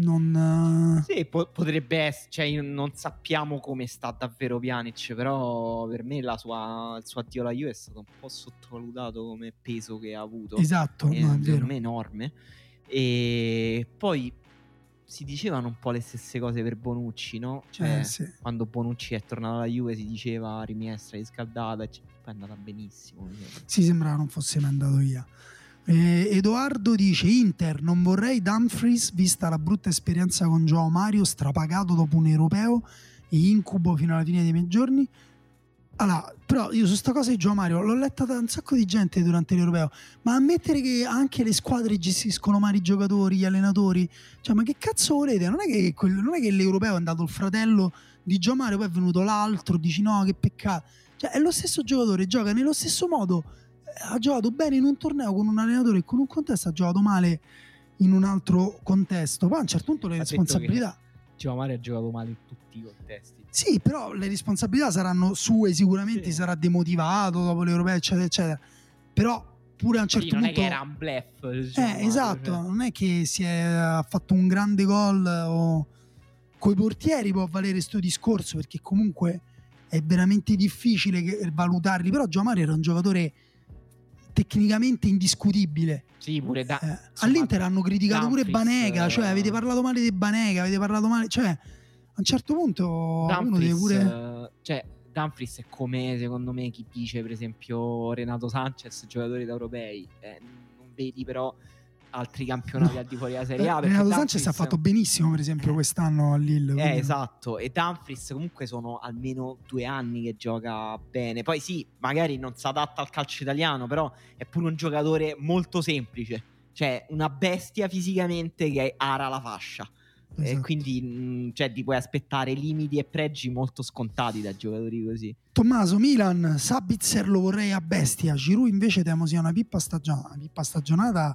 Sì, potrebbe essere, cioè non sappiamo come sta davvero Pjanic, però per me il suo addio alla Juve è stato un po' sottovalutato come peso che ha avuto. Esatto, no, è vero. Per me enorme. E poi si dicevano un po' le stesse cose per Bonucci, no? Cioè sì. Quando Bonucci è tornato alla Juve si diceva rimiestra riscaldata, poi è andata benissimo. Sì, sembrava non fosse mai andato via. Edoardo dice Inter, non vorrei Dumfries vista la brutta esperienza con Joao Mario, strapagato dopo un europeo e incubo fino alla fine dei miei giorni. Allora, però io su sta cosa di Joao Mario l'ho letta da un sacco di gente durante l'europeo, ma ammettere che anche le squadre gestiscono male i giocatori, gli allenatori, cioè ma che cazzo volete? Non è che l'europeo è andato il fratello di Joao Mario, poi è venuto l'altro, dici no, che peccato, cioè è lo stesso giocatore, gioca nello stesso modo, ha giocato bene in un torneo con un allenatore e con un contesto, ha giocato male in un altro contesto, poi a un certo punto le responsabilità. Joao Mario ha giocato male in tutti i contesti. Sì, però le responsabilità saranno sue, sicuramente sì. Sarà demotivato dopo l'Europeo, eccetera, eccetera. Però pure a un certo punto non è che era un bluff. Esatto, cioè. Non è che ha fatto un grande gol o coi portieri può valere sto discorso, perché comunque è veramente difficile valutarli, però Joao Mario era un giocatore tecnicamente indiscutibile. Sì, pure all'Inter hanno criticato Dumfries, pure Banega, cioè avete parlato male di Banega, avete parlato male, cioè a un certo punto Dumfries, uno deve pure cioè Dumfries è come secondo me chi dice per esempio Renato Sanchez giocatore da europei, non vedi però altri campionati al di fuori della Serie A. Renato Sanchez ha fatto benissimo per esempio quest'anno a Lille. Esatto, e Dumfries comunque sono almeno 2 anni che gioca bene. Poi sì, magari non si adatta al calcio italiano, però è pure un giocatore molto semplice, cioè una bestia fisicamente che ara la fascia. Esatto. E quindi cioè, ti puoi aspettare limiti e pregi molto scontati da giocatori così. Tommaso, Milan, Sabitzer lo vorrei a bestia, Giroud invece temo sia una pippa stagionata. Una pippa stagionata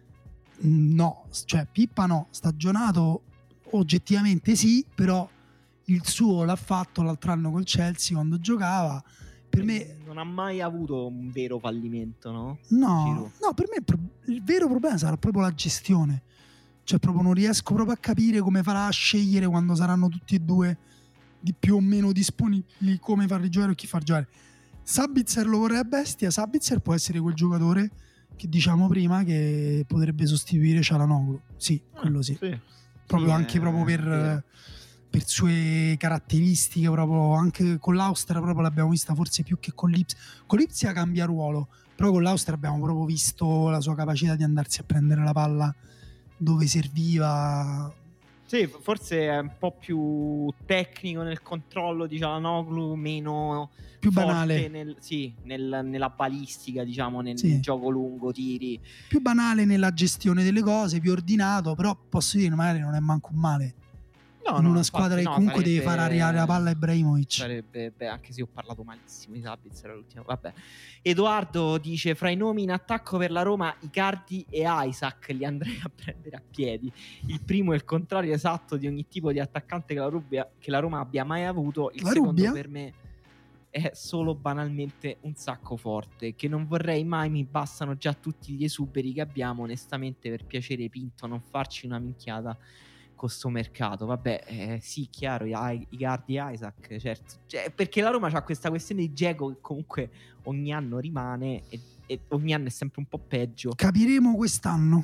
no, cioè pippa no, stagionato oggettivamente sì, però il suo l'ha fatto l'altro anno col Chelsea quando giocava. Per me non ha mai avuto un vero fallimento, no? No, per me il vero problema sarà proprio la gestione. Cioè proprio non riesco proprio a capire come farà a scegliere quando saranno tutti e due di più o meno disponibili, come farli giocare o chi far giocare. Sabitzer lo vorrei a bestia. Sabitzer può essere quel giocatore che diciamo prima che potrebbe sostituire Çalhanoğlu. Sì, quello sì. Proprio anche proprio per sue caratteristiche, proprio anche con l'Austria proprio l'abbiamo vista forse più che con l'Ipsia. Con l'Ipsia cambia ruolo, però con l'Austria abbiamo proprio visto la sua capacità di andarsi a prendere la palla dove serviva. Sì, forse è un po' più tecnico nel controllo di Çalhanoğlu, meno più banale nella balistica, diciamo, nel gioco lungo, tiri. Più banale nella gestione delle cose, più ordinato, però posso dire magari non è manco un male. in una squadra che comunque deve far arrivare la palla a Ibrahimovic. Sarebbe, anche se ho parlato malissimo di Sabitzer all'ultimo. Vabbè. Edoardo dice: fra i nomi in attacco per la Roma, Icardi e Isaac li andrei a prendere a piedi. Il primo è il contrario esatto di ogni tipo di attaccante che la Roma abbia mai avuto. Il secondo per me è solo banalmente un sacco forte, che non vorrei mai. Mi bastano già tutti gli esuberi che abbiamo. Onestamente, per piacere Pinto, non farci una minchiata con sto mercato. Vabbè, sì, chiaro, Icardi e Isaac, certo, cioè, perché la Roma c'ha questa questione di Dzeko che comunque ogni anno rimane e ogni anno è sempre un po' peggio. Capiremo quest'anno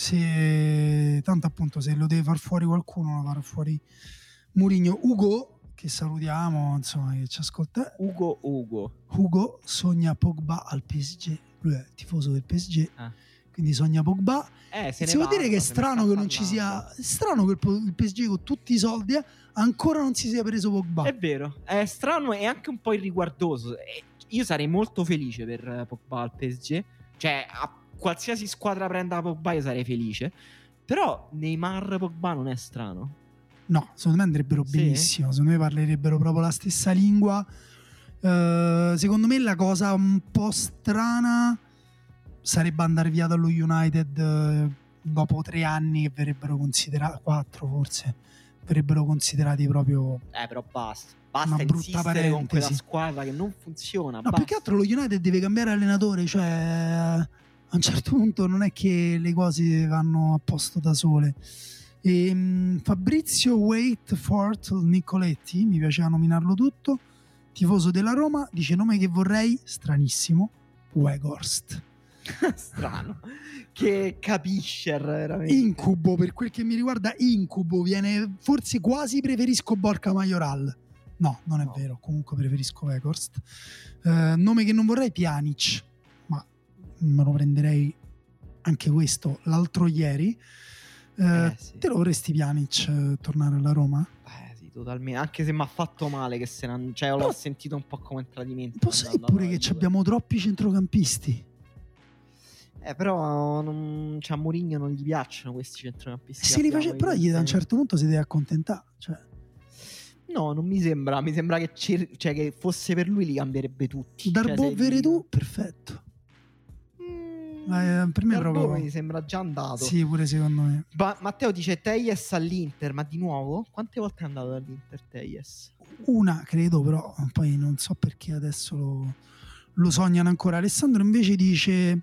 se, tanto appunto, se lo deve far fuori qualcuno, lo farà fuori Mourinho. Ugo, che salutiamo, insomma, che ci ascolta. Ugo sogna Pogba al PSG, lui è tifoso del PSG, quindi sogna Pogba. Si vuol dire che è strano che non ci sia, è strano che il PSG con tutti i soldi ancora non si sia preso Pogba. È vero, è strano e anche un po' irriguardoso. Io sarei molto felice per Pogba al PSG, cioè a qualsiasi squadra prenda Pogba io sarei felice, però Neymar Pogba non è strano? No, secondo me andrebbero benissimo, secondo me parlerebbero proprio la stessa lingua. Secondo me la cosa un po' strana sarebbe andare via dallo United dopo 3 anni che verrebbero considerati, 4 forse, verrebbero considerati proprio però basta una brutta insistere parentesi con quella squadra che non funziona. No, più che altro lo United deve cambiare allenatore, cioè a un certo punto non è che le cose vanno a posto da sole. Fabrizio Waitford Nicoletti, mi piaceva nominarlo tutto, tifoso della Roma, dice: nome che vorrei, stranissimo, Weghorst. Strano, che capisce veramente. Incubo, per quel che mi riguarda, incubo. Viene, forse quasi preferisco Borca Majoral. No, non è vero, comunque preferisco Weghorst. Nome che non vorrei, Pjanic, ma me lo prenderei anche questo l'altro ieri. Sì. Te lo vorresti Pjanic tornare alla Roma? Sì, totalmente, anche se mi ha fatto male che se ne cioè, l'ho sentito un po' come un tradimento. Posso dire pure che abbiamo troppi centrocampisti. Però a Mourinho non gli piacciono questi centrocampisti. Se li face, però gli da un certo punto si deve accontentare. Cioè. No, non mi sembra. Mi sembra che, che fosse per lui li cambierebbe tutti. Darboe Veretout, perfetto. Per me proprio mi sembra già andato. Sì, pure secondo me. Matteo dice Telles all'Inter, ma di nuovo? Quante volte è andato all'Inter Telles? Una, credo, però poi non so perché adesso lo sognano ancora. Alessandro invece dice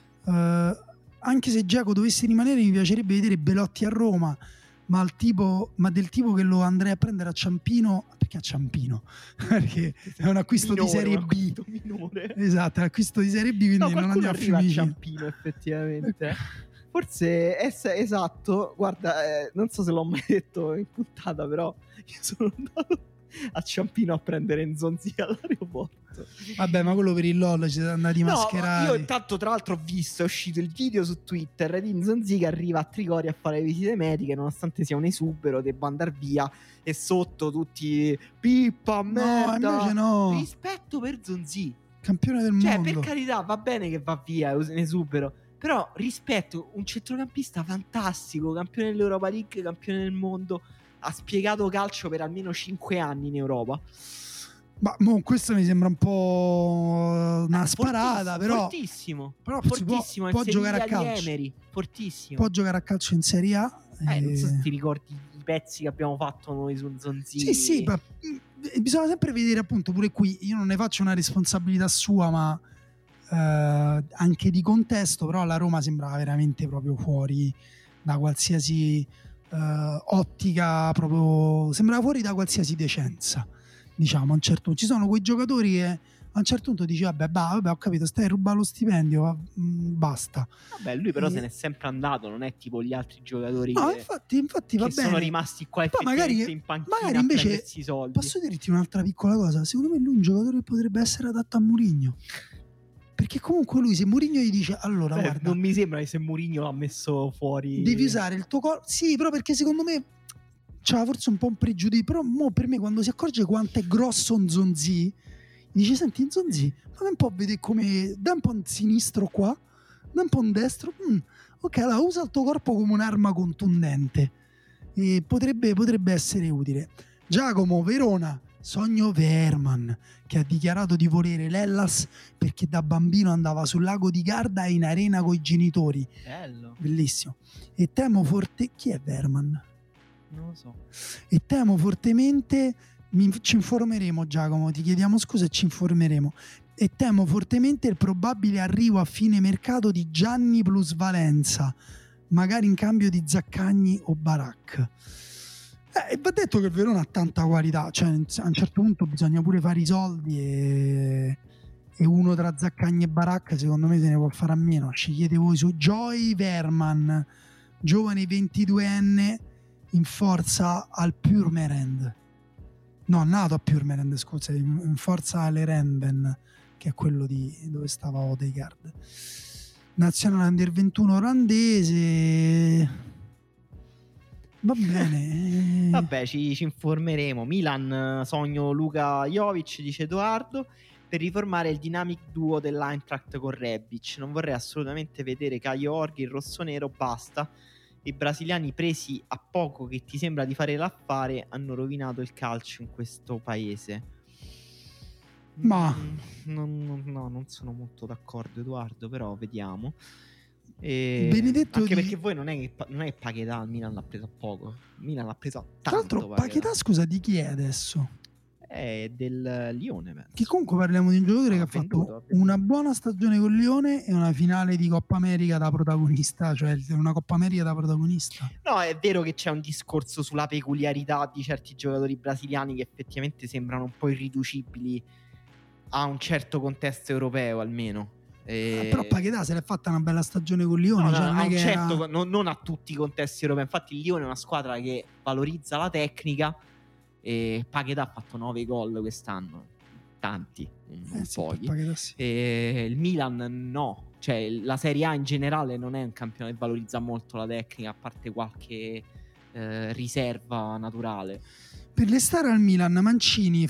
anche se Dzeko dovesse rimanere mi piacerebbe vedere Belotti a Roma, ma del tipo che lo andrei a prendere a Ciampino. Perché a Ciampino? Perché è un acquisto di Serie B. Minore. Esatto, è un acquisto di Serie B, quindi non andiamo a Fiumicino. A Ciampino effettivamente. Forse esatto. Guarda, non so se l'ho mai detto in puntata, però io sono andato a Ciampino a prendere Nzonzi all'aeroporto. Vabbè, ma quello per il LOL ci siete andati mascherati. Io intanto tra l'altro ho visto, è uscito il video su Twitter di Nzonzi che arriva a Trigoria a fare visite mediche, nonostante sia un esubero, debba andare via, e sotto tutti pippa, merda. No, invece no. Rispetto per Nzonzi, campione del mondo. Cioè, per carità, va bene che va via, è un esubero, però rispetto, un centrocampista fantastico, campione dell'Europa League, campione del mondo, ha spiegato calcio per almeno 5 anni in Europa. Ma questo mi sembra un po' una sparata, però fortissimo, può giocare a calcio. Emery, fortissimo. Può giocare a calcio in Serie A. Non so se ti ricordi i pezzi che abbiamo fatto noi su Nzonzi. Sì, ma bisogna sempre vedere, appunto, pure qui io non ne faccio una responsabilità sua, ma anche di contesto, però la Roma sembrava veramente proprio fuori da qualsiasi ottica, proprio sembrava fuori da qualsiasi decenza, diciamo. A un certo punto ci sono quei giocatori che a un certo punto dici vabbè ho capito, stai a rubare lo stipendio, basta. Vabbè, lui però se n'è sempre andato, non è tipo gli altri giocatori infatti va bene, sono rimasti qua effettivamente in panchina, magari invece i soldi. Posso dirti un'altra piccola cosa? Secondo me lui è un giocatore che potrebbe essere adatto a Mourinho, perché comunque lui, se Mourinho gli dice allora guarda, non mi sembra che se Mourinho l'ha messo fuori devi usare il tuo corpo, sì, però perché secondo me c'ha forse un po' un pregiudizio, però per me quando si accorge quanto è grosso Nzonzi, dice senti Nzonzi, ma un po' vede come da un po' in sinistro qua, da un po' in destro, ok, allora usa il tuo corpo come un'arma contundente. e potrebbe essere utile. Giacomo, Verona, sogno Verman, che ha dichiarato di volere l'Hellas perché da bambino andava sul lago di Garda e in arena coi genitori. Bello. Bellissimo. E temo forte... Chi è Verman? Non lo so. E temo fortemente... Ci informeremo, Giacomo, ti chiediamo scusa e ci informeremo. E temo fortemente il probabile arrivo a fine mercato di Gianni Plusvalenza, magari in cambio di Zaccagni o Barak. E va detto che il Verona ha tanta qualità, cioè a un certo punto bisogna pure fare i soldi e uno tra Zaccagni e Barak secondo me se ne può fare a meno. Scegliete voi su Joy Verman, giovane 22enne in forza al Purmerend. No, nato a Purmerend, scusa, in forza alle Renben, che è quello di dove stava Odegaard. Nazionale Under 21 olandese. Va bene. Vabbè, ci informeremo. Milan, sogno Luka Jovic, dice Edoardo, per riformare il dynamic duo dell'Eintracht con Rebic. Non vorrei assolutamente vedere Caio Orghi in rossonero, basta. I brasiliani presi a poco che ti sembra di fare l'affare hanno rovinato il calcio in questo paese. Ma no, non sono molto d'accordo, Edoardo, però vediamo. Benedetto anche perché voi non è che Paquetá al Milan l'ha preso a poco. Il Milan l'ha preso a tanto. Tra l'altro Paquetá, scusa, di chi è adesso? È del Lione, penso. Che comunque parliamo di un giocatore che ha fatto una buona stagione con Lione e una finale di Coppa America da protagonista, cioè una Coppa America da protagonista. No, è vero che c'è un discorso sulla peculiarità di certi giocatori brasiliani che effettivamente sembrano un po' irriducibili a un certo contesto europeo almeno. Però Paquetá se l'è fatta una bella stagione con Lione, non a tutti i contesti europei. Infatti il Lione è una squadra che valorizza la tecnica e Paquetá ha fatto 9 gol quest'anno, tanti, pochi. Sì. E il Milan no, cioè la Serie A in generale non è un campionato che valorizza molto la tecnica, a parte qualche riserva naturale. Per restare al Milan, Mancini,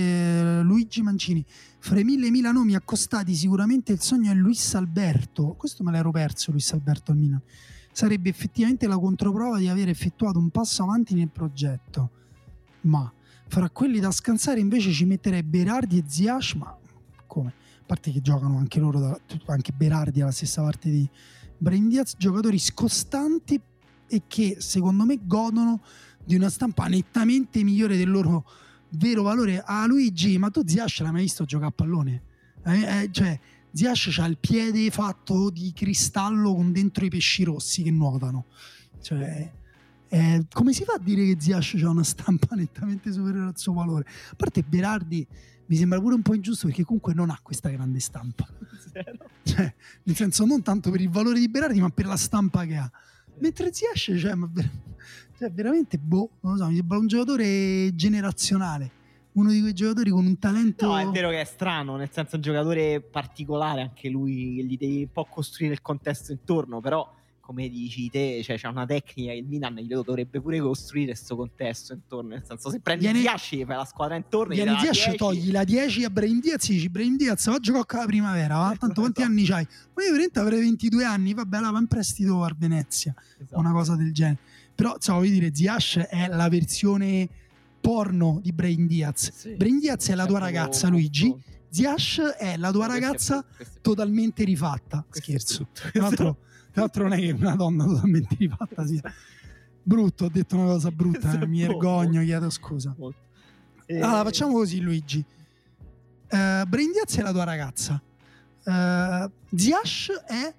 Luigi Mancini, fra i 1000 nomi accostati sicuramente il sogno è Luis Alberto. Questo me l'ero perso, Luis Alberto al Milan. Sarebbe effettivamente la controprova di aver effettuato un passo avanti nel progetto. Ma fra quelli da scansare invece ci metterei Berardi e Ziyech. Ma come? A parte che giocano anche loro, anche Berardi alla stessa parte di Brahim Diaz, giocatori scostanti e che secondo me godono di una stampa nettamente migliore del loro vero valore. Luigi, ma tu Ziyech l'hai mai visto giocare a pallone? Cioè Ziyech c'ha il piede fatto di cristallo con dentro i pesci rossi che nuotano, cioè come si fa a dire che Ziyech c'ha una stampa nettamente superiore al suo valore? A parte Berardi mi sembra pure un po' ingiusto perché comunque non ha questa grande stampa. Cioè, nel senso, non tanto per il valore di Berardi ma per la stampa che ha. Mentre Ziyech, cioè veramente non lo so, mi sembra un giocatore generazionale, uno di quei giocatori con un talento. No, è vero che è strano, nel senso è un giocatore particolare anche lui, gli devi un po' costruire il contesto intorno, però come dici te, cioè c'è una tecnica che il Milan gli dovrebbe pure costruire questo contesto intorno, nel senso se prendi Ziyech fai la squadra intorno, Ziyech togli la 10 a Brahim Diaz, dici Brahim Diaz va a giocare con la primavera, va? Tanto quanti anni c'hai? Ma io veramente avrei 22 anni, vabbè, là va in prestito a Venezia, una cosa del genere. Però voglio dire, Ziyech è la versione porno di Brahim Diaz. Sì. Brahim Diaz è la tua ragazza, Luigi. Ziyech è la tua ragazza totalmente rifatta. Scherzo. Tra l'altro non è che una donna totalmente rifatta sia brutto, ho detto una cosa brutta, mi vergogno, chiedo scusa. Allora facciamo così, Luigi. Brahim Diaz è la tua ragazza. Ziyech è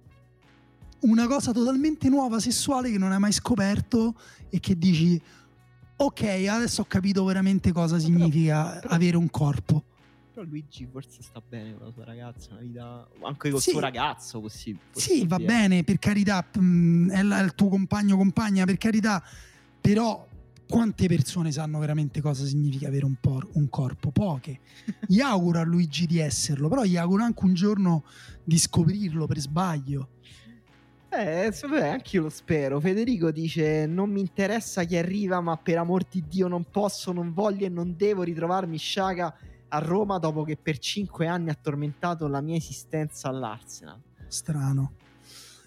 una cosa totalmente nuova, sessuale, che non hai mai scoperto e che dici ok, adesso ho capito veramente cosa significa avere un corpo. Però Luigi forse sta bene con la sua ragazza, una vita anche col suo ragazzo possibile. Sì, va bene, per carità, è il tuo compagna, per carità, però quante persone sanno veramente cosa significa avere un corpo? Poche. Gli auguro a Luigi di esserlo, però gli auguro anche un giorno di scoprirlo per sbaglio. Anche io lo spero. Federico dice: non mi interessa chi arriva, ma per amor di Dio non posso, non voglio e non devo ritrovarmi Sciaga a Roma dopo che per 5 anni ha tormentato la mia esistenza all'Arsenal. Strano.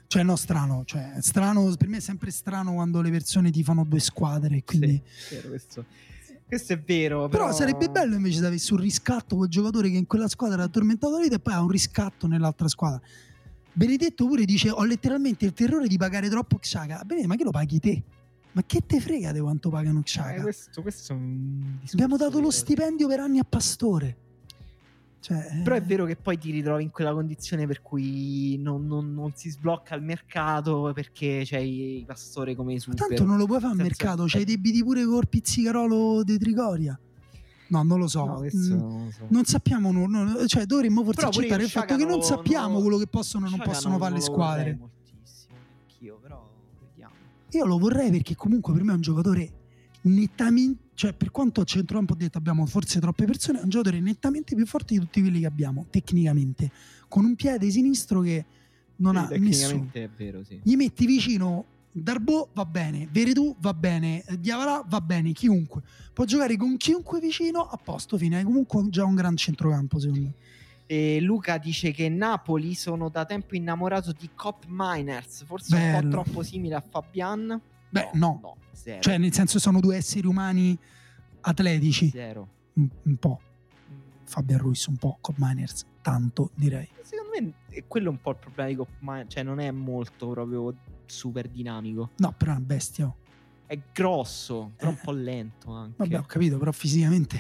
Cioè no, strano per me è sempre strano quando le persone tifano due squadre, quindi sì, questo è vero, però sarebbe bello invece se avessi un riscatto quel giocatore che in quella squadra ha tormentato la vita e poi ha un riscatto nell'altra squadra. Benedetto pure dice: ho letteralmente il terrore di pagare troppo Xhaka. Bene, ma che lo paghi te? Ma che te frega di quanto pagano Xhaka? Questo è un discorso. Abbiamo dato lo stipendio per anni a Pastore. Però è vero che poi ti ritrovi in quella condizione per cui non si sblocca il mercato perché c'hai i Pastore come super. Tanto non lo puoi fare al mercato, c'hai debiti pure col Pizzicarolo di Trigoria. No, non lo so. No, non lo so. Non sappiamo, cioè dovremmo forse accettare il fatto che non sappiamo quello che possono o non possono fare le squadre. Moltissimo, anch'io, però vediamo. Io lo vorrei perché comunque per me è un giocatore nettamente, cioè per quanto a centrocampo ho detto abbiamo forse troppe persone, è un giocatore nettamente più forte di tutti quelli che abbiamo tecnicamente, con un piede sinistro che non ha nessuno. È vero, sì. Gli metti vicino Darboe, va bene, Veretout va bene, Diawara va bene, chiunque può giocare con chiunque vicino, a posto, fine. Hai comunque già un gran centrocampo secondo me. E Luca dice che Napoli sono da tempo innamorato di Cop Miners, forse un po' troppo simile a Fabian. Beh, no. Zero. Cioè nel senso sono due esseri umani atletici. Zero. Un po'. Fabian Ruiz un po', Cop Miners tanto, direi. Secondo me quello è un po' il problema di Cop Miners, cioè non è molto proprio super dinamico. No, però è una bestia. È grosso, però un po' lento anche. Vabbè, ho capito, però fisicamente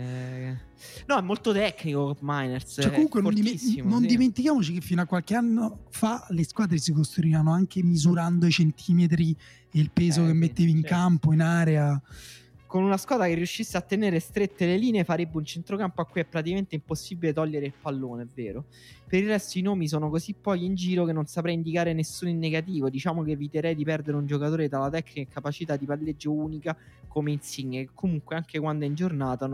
no, è molto tecnico Cop Miners. Cioè comunque non sì. dimentichiamoci che fino a qualche anno fa le squadre si costruivano anche misurando i centimetri e il peso che mettevi in campo, in area. Con una squadra che riuscisse a tenere strette le linee farebbe un centrocampo a cui è praticamente impossibile togliere il pallone, è vero. Per il resto i nomi sono così pochi in giro che non saprei indicare nessuno in negativo. Diciamo che eviterei di perdere un giocatore dalla tecnica e capacità di palleggio unica come Insigne, che comunque anche quando è in giornata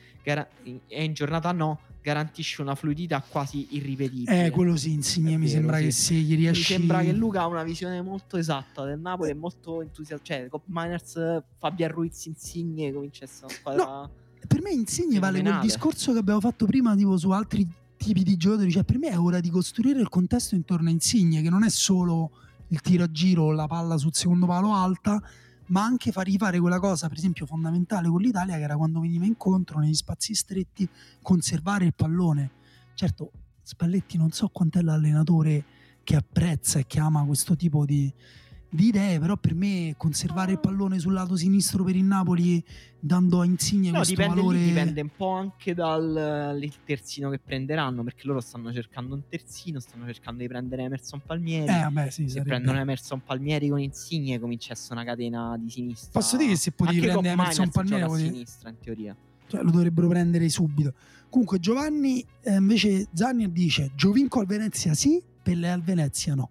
garantisce una fluidità quasi irripetibile. Quello sì, Insigne mi sembra che se gli riesci... Mi sembra che Luca ha una visione molto esatta del Napoli, è molto entusiasta. Cioè, Cop Miners, Fabian Ruiz, Insigne comincia a essere una squadra... No, per me Insigne vale quel discorso che abbiamo fatto prima tipo su altri tipi di giocatori. Cioè per me è ora di costruire il contesto intorno a Insigne, che non è solo il tiro a giro, la palla sul secondo palo alta, ma anche far rifare quella cosa, per esempio, fondamentale con l'Italia, che era quando veniva incontro negli spazi stretti, conservare il pallone. Certo, Spalletti non so quant'è l'allenatore che apprezza e che ama questo tipo di idee, però per me conservare il pallone sul lato sinistro per il Napoli, dando a Insigne questo valore... dipende un po' anche dal terzino che prenderanno, perché loro stanno cercando un terzino, stanno cercando di prendere Emerson Palmieri. Se prendono Emerson Palmieri con Insigne comincia a essere una catena di sinistra. Posso dire che se potevi prendere Emerson Palmieri a sinistra in teoria, cioè lo dovrebbero prendere subito. Comunque Giovanni invece Zanni dice Giovinco al Venezia sì, Pellè al Venezia no.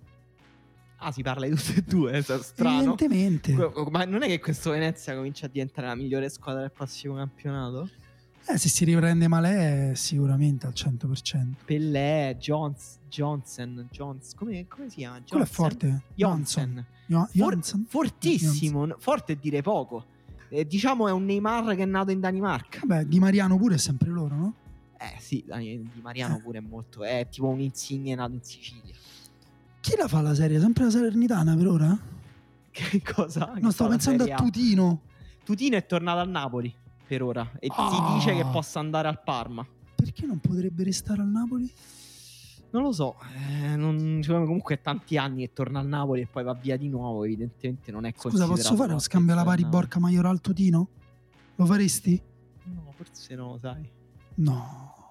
Ah, si parla di tutte e due, è strano. Evidentemente. Ma non è che questo Venezia comincia a diventare la migliore squadra del prossimo campionato? Se si riprende Malè sicuramente al 100%. Pellè, Johnson, come si chiama? Quello è forte. Johnson. Fortissimo, forte e dire poco. Diciamo è un Neymar che è nato in Danimarca. Vabbè, Di Mariano pure è sempre loro, no? Sì, Di Mariano pure è molto. È tipo un Insigne nato in Sicilia. Chi la fa la serie? Sempre la Salernitana per ora? Che cosa? No, stavo pensando a Tutino. Tutino è tornato al Napoli per ora e si dice che possa andare al Parma. Perché non potrebbe restare al Napoli? Non lo so, comunque è tanti anni che torna al Napoli e poi va via di nuovo, evidentemente non è considerato. Scusa, posso fare uno scambio alla pari Borca Majoral Tutino? Lo faresti? No, forse no, sai. No.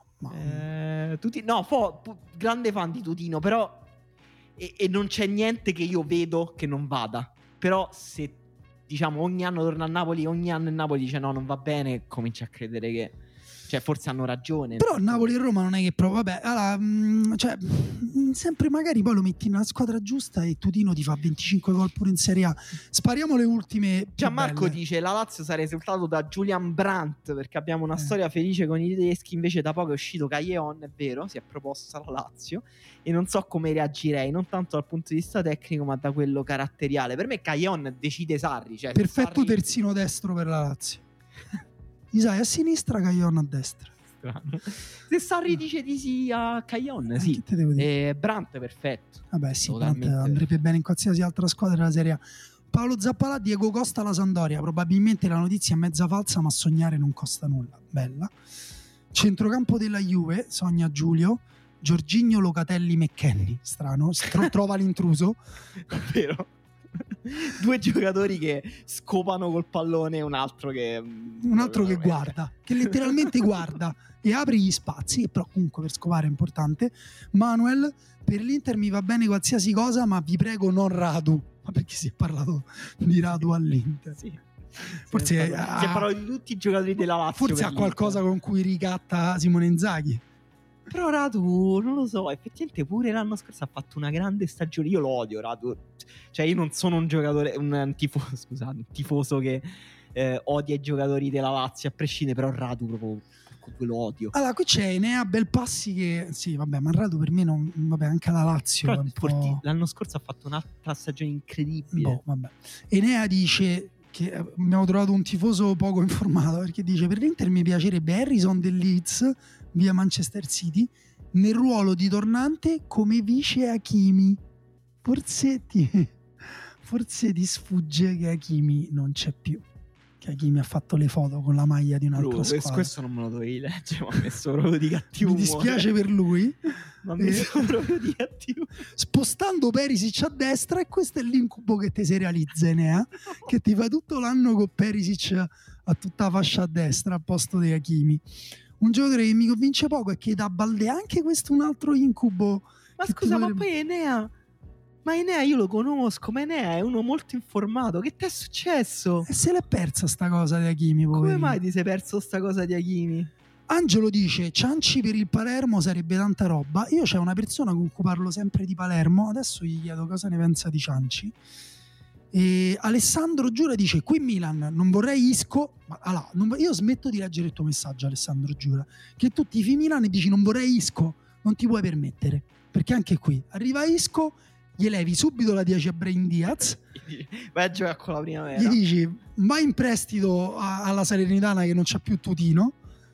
Grande fan di Tutino, però e non c'è niente che io vedo che non vada. Però se diciamo ogni anno torna a Napoli, ogni anno il Napoli dice no, non va bene, comincia a credere che, cioè, forse hanno ragione. Però Napoli e Roma non è che proprio, vabbè, allora, cioè, sempre magari poi lo metti nella squadra giusta e Tutino ti fa 25 gol pure in Serie A. Spariamo le ultime. Gianmarco dice la Lazio sarà esultato da Julian Brandt perché abbiamo una storia felice con i tedeschi, invece da poco è uscito Callejon, è vero, si è proposto alla Lazio e non so come reagirei, non tanto dal punto di vista tecnico ma da quello caratteriale. Per me Callejon decide Sarri, cioè perfetto Sarri... terzino destro per la Lazio. Isai a sinistra, Callejon a destra. strano. Se Sarri dice di sì a Caglion, sì. Che te devo dire? E Brandt perfetto. Vabbè sì, Totalmente. andrebbe bene in qualsiasi altra squadra della Serie A. Paolo Zappalà, Diego Costa alla Sampdoria. Probabilmente la notizia è mezza falsa, ma sognare non costa nulla. Bella. Centrocampo della Juve, sogna Giulio. Jorginho, Locatelli, McKennie. Strano, trova l'intruso. Davvero? 2 giocatori che scopano col pallone e un altro che guarda, che letteralmente guarda e apre gli spazi, però comunque per scopare è importante. Manuel, per l'Inter mi va bene qualsiasi cosa, ma vi prego non Radu. Ma perché si è parlato di Radu all'Inter? Sì. Forse si è parlato di tutti i giocatori della Lazio. Forse ha qualcosa con cui ricatta Simone Inzaghi. Però Radu, non lo so, effettivamente pure l'anno scorso ha fatto una grande stagione. Io lo odio Radu. Cioè io non sono un giocatore, un tifoso che odia i giocatori della Lazio a prescindere, però Radu proprio lo odio. Allora qui c'è Enea Belpassi che sì vabbè, ma Radu per me non, vabbè, anche la Lazio è un po'... L'anno scorso ha fatto un'altra stagione incredibile. Vabbè. Enea dice che abbiamo trovato un tifoso poco informato, perché dice: per l'Inter mi piacerebbe Harrison del Leeds via Manchester City nel ruolo di tornante come vice Hakimi. Forse ti sfugge che Hakimi non c'è più, che Hakimi ha fatto le foto con la maglia di un'altra squadra. Questo non me lo dovevi leggere, mi ha messo proprio di cattivo mi dispiace umore. Per lui, ma mi sono proprio di cattivo. Spostando Perisic a destra, e questo è l'incubo che ti si realizza, Enea, che ti fai tutto l'anno con Perisic a tutta fascia a destra a posto di Hakimi. Un giocatore che mi convince poco è che da Balde, anche questo un altro incubo. Ma scusa, ma poi Enea io lo conosco, ma Enea è uno molto informato. Che ti è successo? E se l'è persa sta cosa di Hakimi, poverino. Come mai ti sei perso sta cosa di Hakimi? Angelo dice: Cianci per il Palermo sarebbe tanta roba. Io c'è una persona con cui parlo sempre di Palermo, adesso gli chiedo cosa ne pensa di Cianci. E Alessandro Giura dice: qui Milan non vorrei Isco, ma allora, io smetto di leggere il tuo messaggio, Alessandro Giura, che tu tifi Milan e dici non vorrei Isco, non ti puoi permettere, perché anche qui arriva Isco, gli levi subito la 10 a Brahim Diaz, vai a giocare con la primavera, gli dici vai in prestito alla Salernitana che non c'ha più Tutino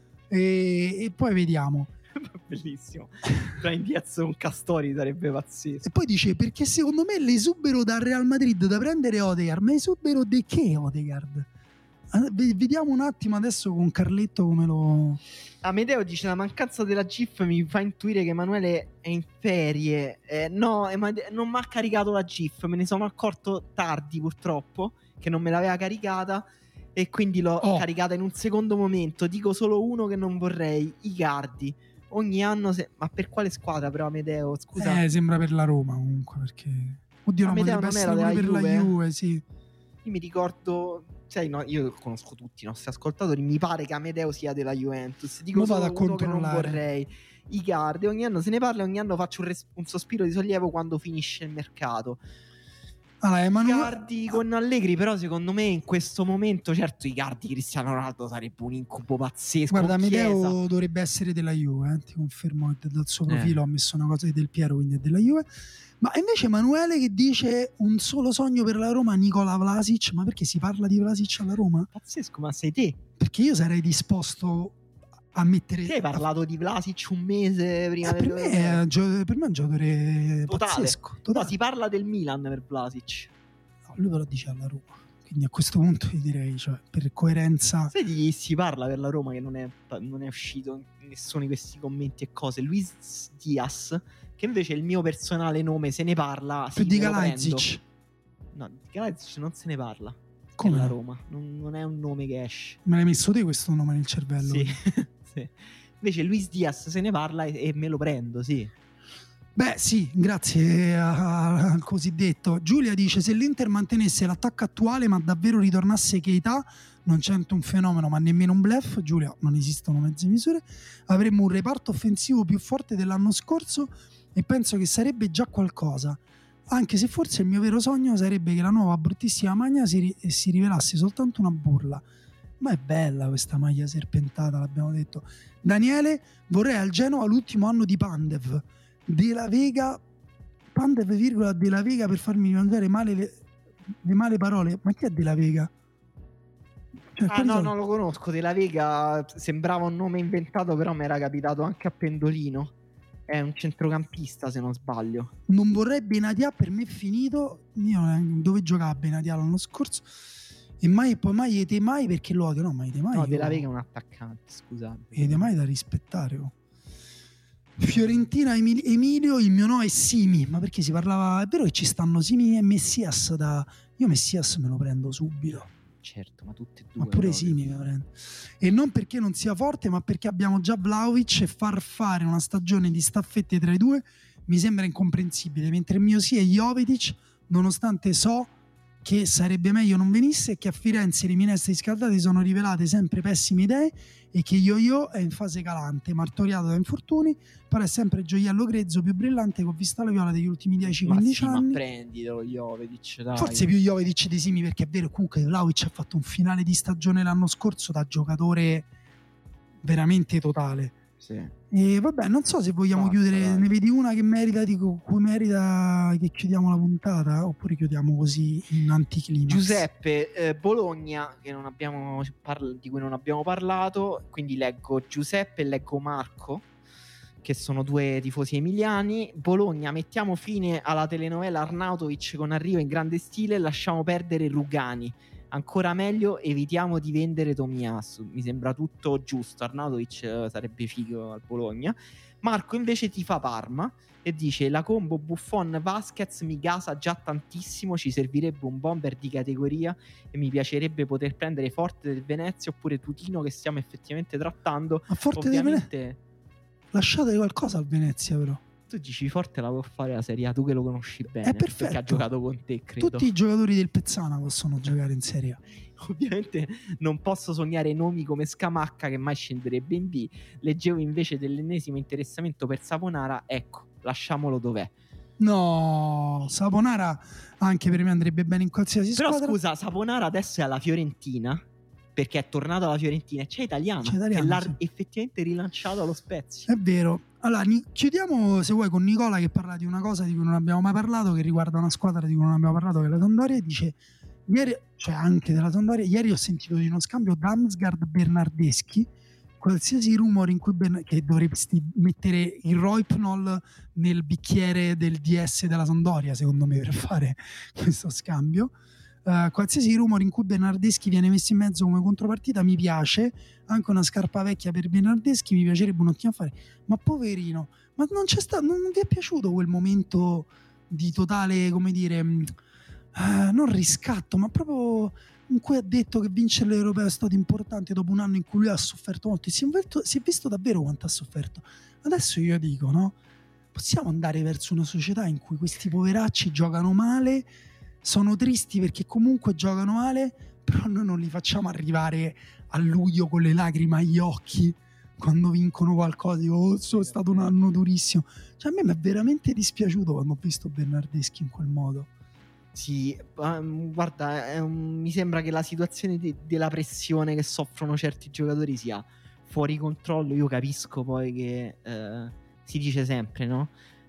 e poi vediamo. Bellissimo. Brahim Diaz con Castori sarebbe pazzesco. E poi dice: perché secondo me l'esubero dal Real Madrid da prendere Odegaard, ma esubero di che Odegaard? Vediamo un attimo adesso con Carletto come lo... Amedeo dice: la mancanza della GIF mi fa intuire che Emanuele è in ferie. No, non mi ha caricato la GIF, me ne sono accorto tardi purtroppo che non me l'aveva caricata e quindi l'ho caricata in un secondo momento. Dico solo uno che non vorrei: Icardi. Ogni anno ma per quale squadra però Amedeo? Scusa. Sembra per la Roma comunque, perché oddio, no, potrebbe essere per la Juve, sì. Io mi ricordo, no, io conosco tutti i nostri ascoltatori, mi pare che Amedeo sia della Juventus. Dico solo uno che non vorrei: Icardi. Ogni anno se ne parla, ogni anno faccio un sospiro di sollievo quando finisce il mercato. Allora, Icardi con Allegri, però secondo me in questo momento, certo, Icardi Cristiano Ronaldo sarebbe un incubo pazzesco. Guarda, Amedeo dovrebbe essere della Juve, ti confermo che dal suo profilo ha messo una cosa di Del Piero, quindi è della Juve. Ma invece Emanuele che dice un solo sogno per la Roma, Nikola Vlasic. Ma perché si parla di Vlasic alla Roma? Pazzesco, ma sei te? Perché io sarei disposto a mettere... Te hai parlato di Vlasic un mese prima per me è un giocatore pazzesco, totale. No, si parla del Milan per Vlasic. No, lui però dice alla Roma, quindi a questo punto io direi, cioè, per coerenza... Sai di chi si parla per la Roma che non è uscito in nessuno di questi commenti e cose? Luis Diaz, che invece è il mio personale nome, se ne parla. Più di Kalajdzic. No, di Kalajdzic non se ne parla. Come la Roma non è un nome che esce. Me l'hai messo te questo nome nel cervello? Sì. Sì. Invece Luis Diaz se ne parla e me lo prendo, sì. Beh sì, grazie al cosiddetto. Giulia dice: se l'Inter mantenesse l'attacco attuale ma davvero ritornasse Keita, non c'è un fenomeno ma nemmeno un bluff, Giulia, non esistono mezze misure, avremmo un reparto offensivo più forte dell'anno scorso e penso che sarebbe già qualcosa, anche se forse il mio vero sogno sarebbe che la nuova bruttissima maglia si rivelasse soltanto una burla. Ma è bella questa maglia serpentata, l'abbiamo detto. Daniele: vorrei al Genoa l'ultimo anno di Pandev, Della Vega, Pandev virgola Della Vega, per farmi mangiare male le male parole. Ma chi è Della Vega? No, non lo conosco. Della Vega sembrava un nome inventato, però mi era capitato anche a Pendolino. È un centrocampista, se non sbaglio. Non vorrei Benatia, per me è finito. Io dove giocava Benatia l'anno scorso? E mai perché lo odio? No, mai Temai. No, Della Vega è un attaccante, scusate. E Temai da rispettare. Fiorentina, Emilio, il mio no è Simi. Ma perché si parlava? È vero che ci stanno Simi e Messias io Messias me lo prendo subito. Certo, ma tutte e due. Ma pure Simi me lo prendo. E non perché non sia forte, ma perché abbiamo già Vlahovic, e far fare una stagione di staffette tra i due mi sembra incomprensibile. Mentre il mio sì è Jovetic, nonostante so che sarebbe meglio non venisse e che a Firenze le minestre riscaldate sono rivelate sempre pessime idee e che Yo-Yo è in fase calante, martoriato da infortuni, però è sempre gioiello grezzo più brillante che ho visto alla Viola degli ultimi 10-15 anni. Ma prendilo Jovetic, dai. Forse più Jovetic di Simi, perché è vero comunque Vlahovic ha fatto un finale di stagione l'anno scorso da giocatore veramente totale. Sì. E vabbè, non so se vogliamo chiudere, dai. Ne vedi una che merita, cui merita che chiudiamo la puntata, oppure chiudiamo così in anticlimax? Giuseppe, Bologna, che di cui non abbiamo parlato, quindi leggo Giuseppe e leggo Marco, che sono due tifosi emiliani. Bologna, mettiamo fine alla telenovela Arnautovic con arrivo in grande stile e lasciamo perdere Rugani. Ancora meglio, evitiamo di vendere Tomiyasu. Mi sembra tutto giusto. Arnautovic sarebbe figo al Bologna. Marco invece tifa Parma e dice: la combo Buffon-Vasquez mi gasa già tantissimo, ci servirebbe un bomber di categoria e mi piacerebbe poter prendere Forte del Venezia oppure Tutino, che stiamo effettivamente trattando. Ma Forte ovviamente del Venezia, lasciate qualcosa al Venezia, però. Tu dici Forte la può fare la Serie A, tu che lo conosci bene, è perfetto, perché ha giocato con te, credo. Tutti i giocatori del Pezzana possono giocare in Serie A. Ovviamente non posso sognare nomi come Scamacca, che mai scenderebbe in B. Leggevo invece dell'ennesimo interessamento per Saponara. Ecco, lasciamolo dov'è. No, Saponara anche per me andrebbe bene in qualsiasi squadra. Però scusa, Saponara adesso è alla Fiorentina, perché è tornato alla Fiorentina e c'è Italiano che l'ha effettivamente rilanciato allo Spezia. È vero. Allora, chiudiamo se vuoi con Nicola, che parla di una cosa di cui non abbiamo mai parlato, che riguarda una squadra di cui non abbiamo parlato, che è la Sampdoria, e dice: ieri, cioè anche della Sampdoria, ieri ho sentito di uno scambio Damsgaard-Bernardeschi. Qualsiasi rumore in cui che dovresti mettere il Rohypnol nel bicchiere del DS della Sampdoria, secondo me, per fare questo scambio. Qualsiasi rumore in cui Bernardeschi viene messo in mezzo come contropartita mi piace. Anche una scarpa vecchia per Bernardeschi mi piacerebbe un ottimo affare. Ma poverino, ma non c'è stato, non vi è piaciuto quel momento di totale, come dire, non riscatto, ma proprio in cui ha detto che vincere l'Europeo è stato importante dopo un anno in cui lui ha sofferto molto e si è visto davvero quanto ha sofferto. Adesso io dico, no? Possiamo andare verso una società in cui questi poveracci giocano male, sono tristi perché comunque giocano male, però noi non li facciamo arrivare a luglio con le lacrime agli occhi quando vincono qualcosa. Dico, è stato un anno durissimo. Cioè a me mi è veramente dispiaciuto quando ho visto Bernardeschi in quel modo. Sì, guarda, mi sembra che la situazione della pressione che soffrono certi giocatori sia fuori controllo. Io capisco poi che si dice sempre, no?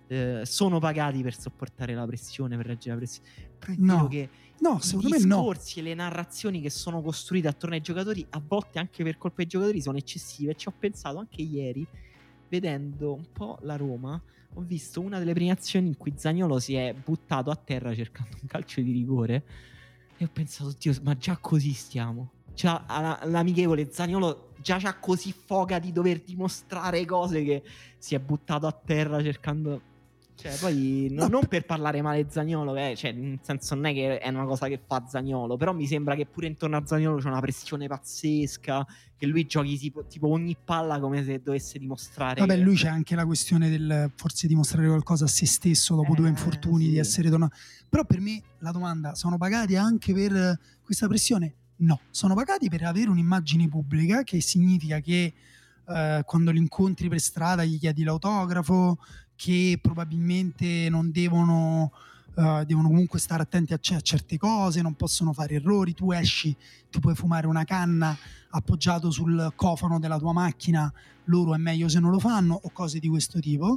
Sono pagati per sopportare la pressione, per reggere la pressione. Però è vero che secondo i me no. discorsi e le narrazioni che sono costruite attorno ai giocatori, a volte anche per colpa dei giocatori, sono eccessive. Ci ho pensato anche ieri, vedendo un po' la Roma. Ho visto una delle prime azioni in cui Zaniolo si è buttato a terra cercando un calcio di rigore e ho pensato, Dio, ma già così stiamo. Già all'amichevole Zaniolo già c'ha così foga di dover dimostrare cose che si è buttato a terra cercando. Cioè, poi non per parlare male Zaniolo, cioè, nel senso, non è che è una cosa che fa Zaniolo, però mi sembra che pure intorno a Zaniolo c'è una pressione pazzesca, che lui giochi tipo ogni palla come se dovesse dimostrare. Vabbè, lui c'è anche la questione del forse dimostrare qualcosa a se stesso dopo 2 infortuni, sì, di essere tornato. Però per me la domanda: sono pagati anche per questa pressione? No, sono pagati per avere un'immagine pubblica, che significa che quando li incontri per strada gli chiedi l'autografo, che probabilmente non devono comunque stare attenti a certe cose, non possono fare errori. Tu esci, tu puoi fumare una canna appoggiato sul cofano della tua macchina, loro è meglio se non lo fanno, o cose di questo tipo.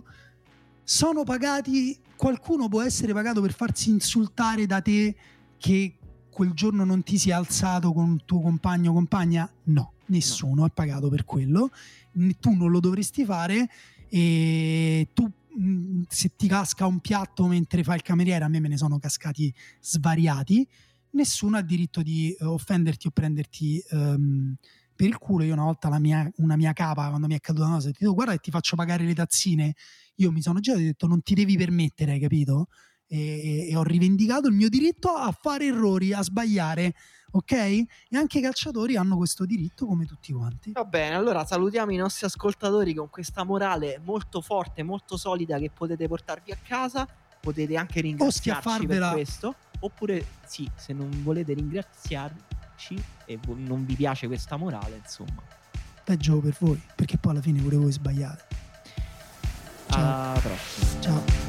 Sono pagati, qualcuno può essere pagato per farsi insultare da te, che quel giorno non ti sia alzato con il tuo compagno o compagna? No, nessuno è pagato per quello, tu non lo dovresti fare, e tu se ti casca un piatto mentre fai il cameriere, a me ne sono cascati svariati, nessuno ha diritto di offenderti o prenderti per il culo. Io una volta una mia capa, quando mi è caduta una cosa, ho detto guarda che ti faccio pagare le tazzine, io mi sono girato e ho detto non ti devi permettere, hai capito? E ho rivendicato il mio diritto a fare errori, a sbagliare, ok? E anche i calciatori hanno questo diritto come tutti quanti. Va bene, allora salutiamo i nostri ascoltatori con questa morale molto forte, molto solida, che potete portarvi a casa. Potete anche ringraziarci per questo, oppure sì, se non volete ringraziarci e non vi piace questa morale, insomma, peggio per voi, perché poi alla fine pure voi sbagliate. Ciao. Alla prossima. Ciao.